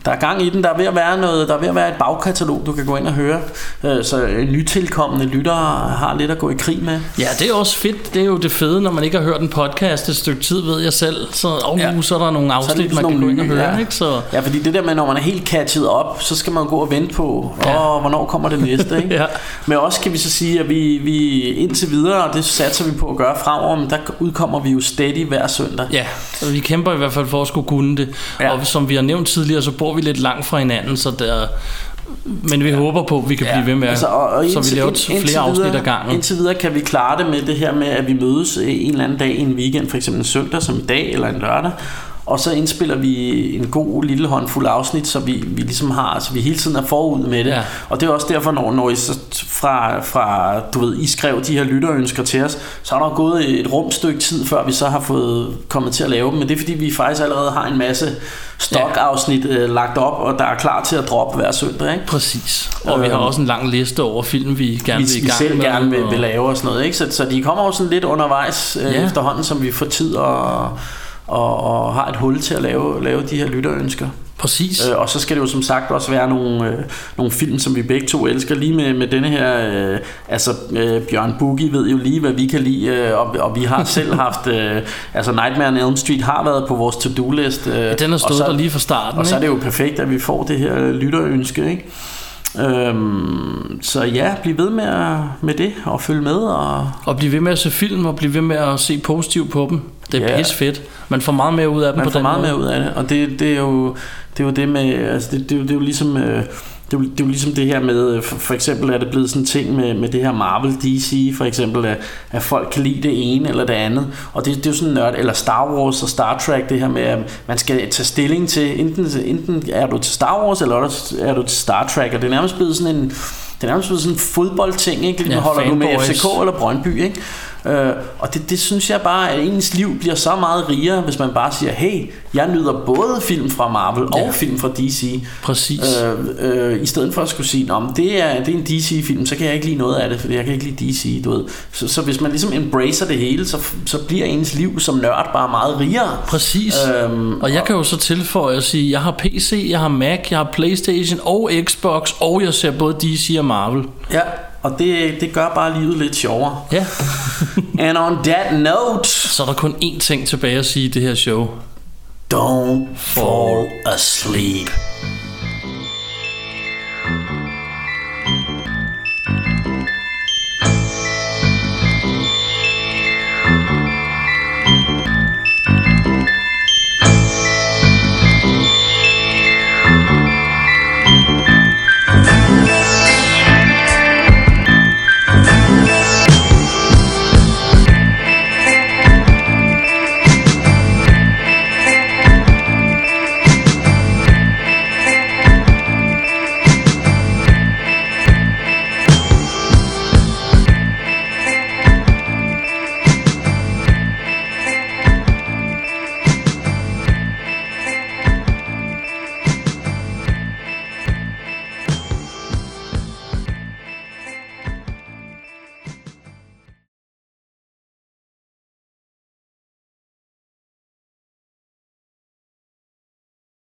der er gang i den. Der er ved at være noget, der er ved at være et bagkatalog, du kan gå ind og høre. Øh, så nytilkommende lyttere har lidt at gå i krig med. Ja, det er også fedt. Det er jo det fede, når man ikke har hørt en podcast et stykke tid, ved jeg selv. Så, oh, ja. så er der nogle afsnit, man kan gå ind og høre. Ja. Ikke? Så... ja, fordi det der med, når man er helt catchet op, så skal man gå og vente på, ja. åh, hvornår kommer det næste. Ikke? Ja. Men også kan vi så sige, at vi, vi indtil videre, og det satser vi på at gøre fremover, men der udkommer vi jo steady hver søndag. Ja, så vi kæmper i hvert fald for at skulle kunne det. Ja. Og som vi har nævnt tidligere, så bor vi lidt langt fra hinanden, så der... Men vi ja. håber på, at vi kan ja. blive ved med, altså, og, og så indtil, vi laver flere videre, afsnit ad gangen. Indtil videre kan vi klare det med det her med, at vi mødes en eller anden dag i en weekend, for eksempel en søndag som i dag, eller en lørdag, og så indspiller vi en god lille håndfuld afsnit, så vi, vi ligesom har, altså vi hele tiden er forud med det. Ja. Og det er også derfor, når, når I så fra, fra, du ved, I skrev de her lytterønsker til os, så er der gået et rumstykke tid, før vi så har fået kommet til at lave dem. Men det er fordi, vi faktisk allerede har en masse stokafsnit ja. øh, lagt op, og der er klar til at droppe hver søndag, ikke? Præcis. Og øh, vi har også en lang liste over film, vi gerne vi, vil i gang vi selv med, gerne vil, og... vil lave og sådan noget, ikke? Så, så de kommer jo sådan lidt undervejs øh, ja. efterhånden, som vi får tid og... Og, og har et hul til at lave, lave de her lytterønsker. Præcis. øh, Og så skal det jo som sagt også være nogle, øh, nogle film, som vi begge to elsker. Lige med, med denne her øh, altså øh, Bjørn Boogie ved jo lige hvad vi kan lide, øh, og, og vi har selv haft øh, altså Nightmare on Elm Street har været på vores to-do list, øh, ja, den har stået der lige fra starten. Og så er det jo perfekt, at vi får det her lytterønske, ikke? Øhm, så ja, bliv ved med, med det og følg med og... og bliv ved med at se film og bliv ved med at se positivt på dem. Det er yeah. pisse fedt. Man får meget mere ud af dem. Man på får den meget måde. mere ud af det. Og det, det er jo det er jo det med altså det, det, det er jo ligesom øh, det, er jo, det er jo ligesom det her med for, for eksempel er det blevet sådan en ting med, med det her Marvel D C for eksempel at, at folk kan lide det ene eller det andet. Og det, det er jo sådan nørd eller Star Wars og Star Trek, det her med at man skal tage stilling til enten, enten er du til Star Wars eller er du til Star Trek, og det er nærmest blevet sådan en det er nærmest blevet sådan en fodboldting, ikke? Ligesom ja, holder fanboys. Du med F C K eller Brøndby, ikke? Uh, og det, det synes jeg bare, at ens liv bliver så meget rigere, hvis man bare siger, hey, jeg nyder både film fra Marvel ja. og film fra D C. Præcis. Uh, uh, I stedet for at skulle sige, om det er, det er en D C-film, så kan jeg ikke lide noget af det, for jeg kan ikke lide D C, du ved. Så, så hvis man ligesom embracer det hele, så, så bliver ens liv som nørd bare meget rigere. Præcis. Um, og jeg kan jo så tilføje at sige, jeg har P C, jeg har Mac, jeg har PlayStation og Xbox, og jeg ser både D C og Marvel. Ja. Og det, det gør bare livet lidt sjovere. Ja. And on that note, så er der kun én ting tilbage at sige i det her show. Don't fall asleep.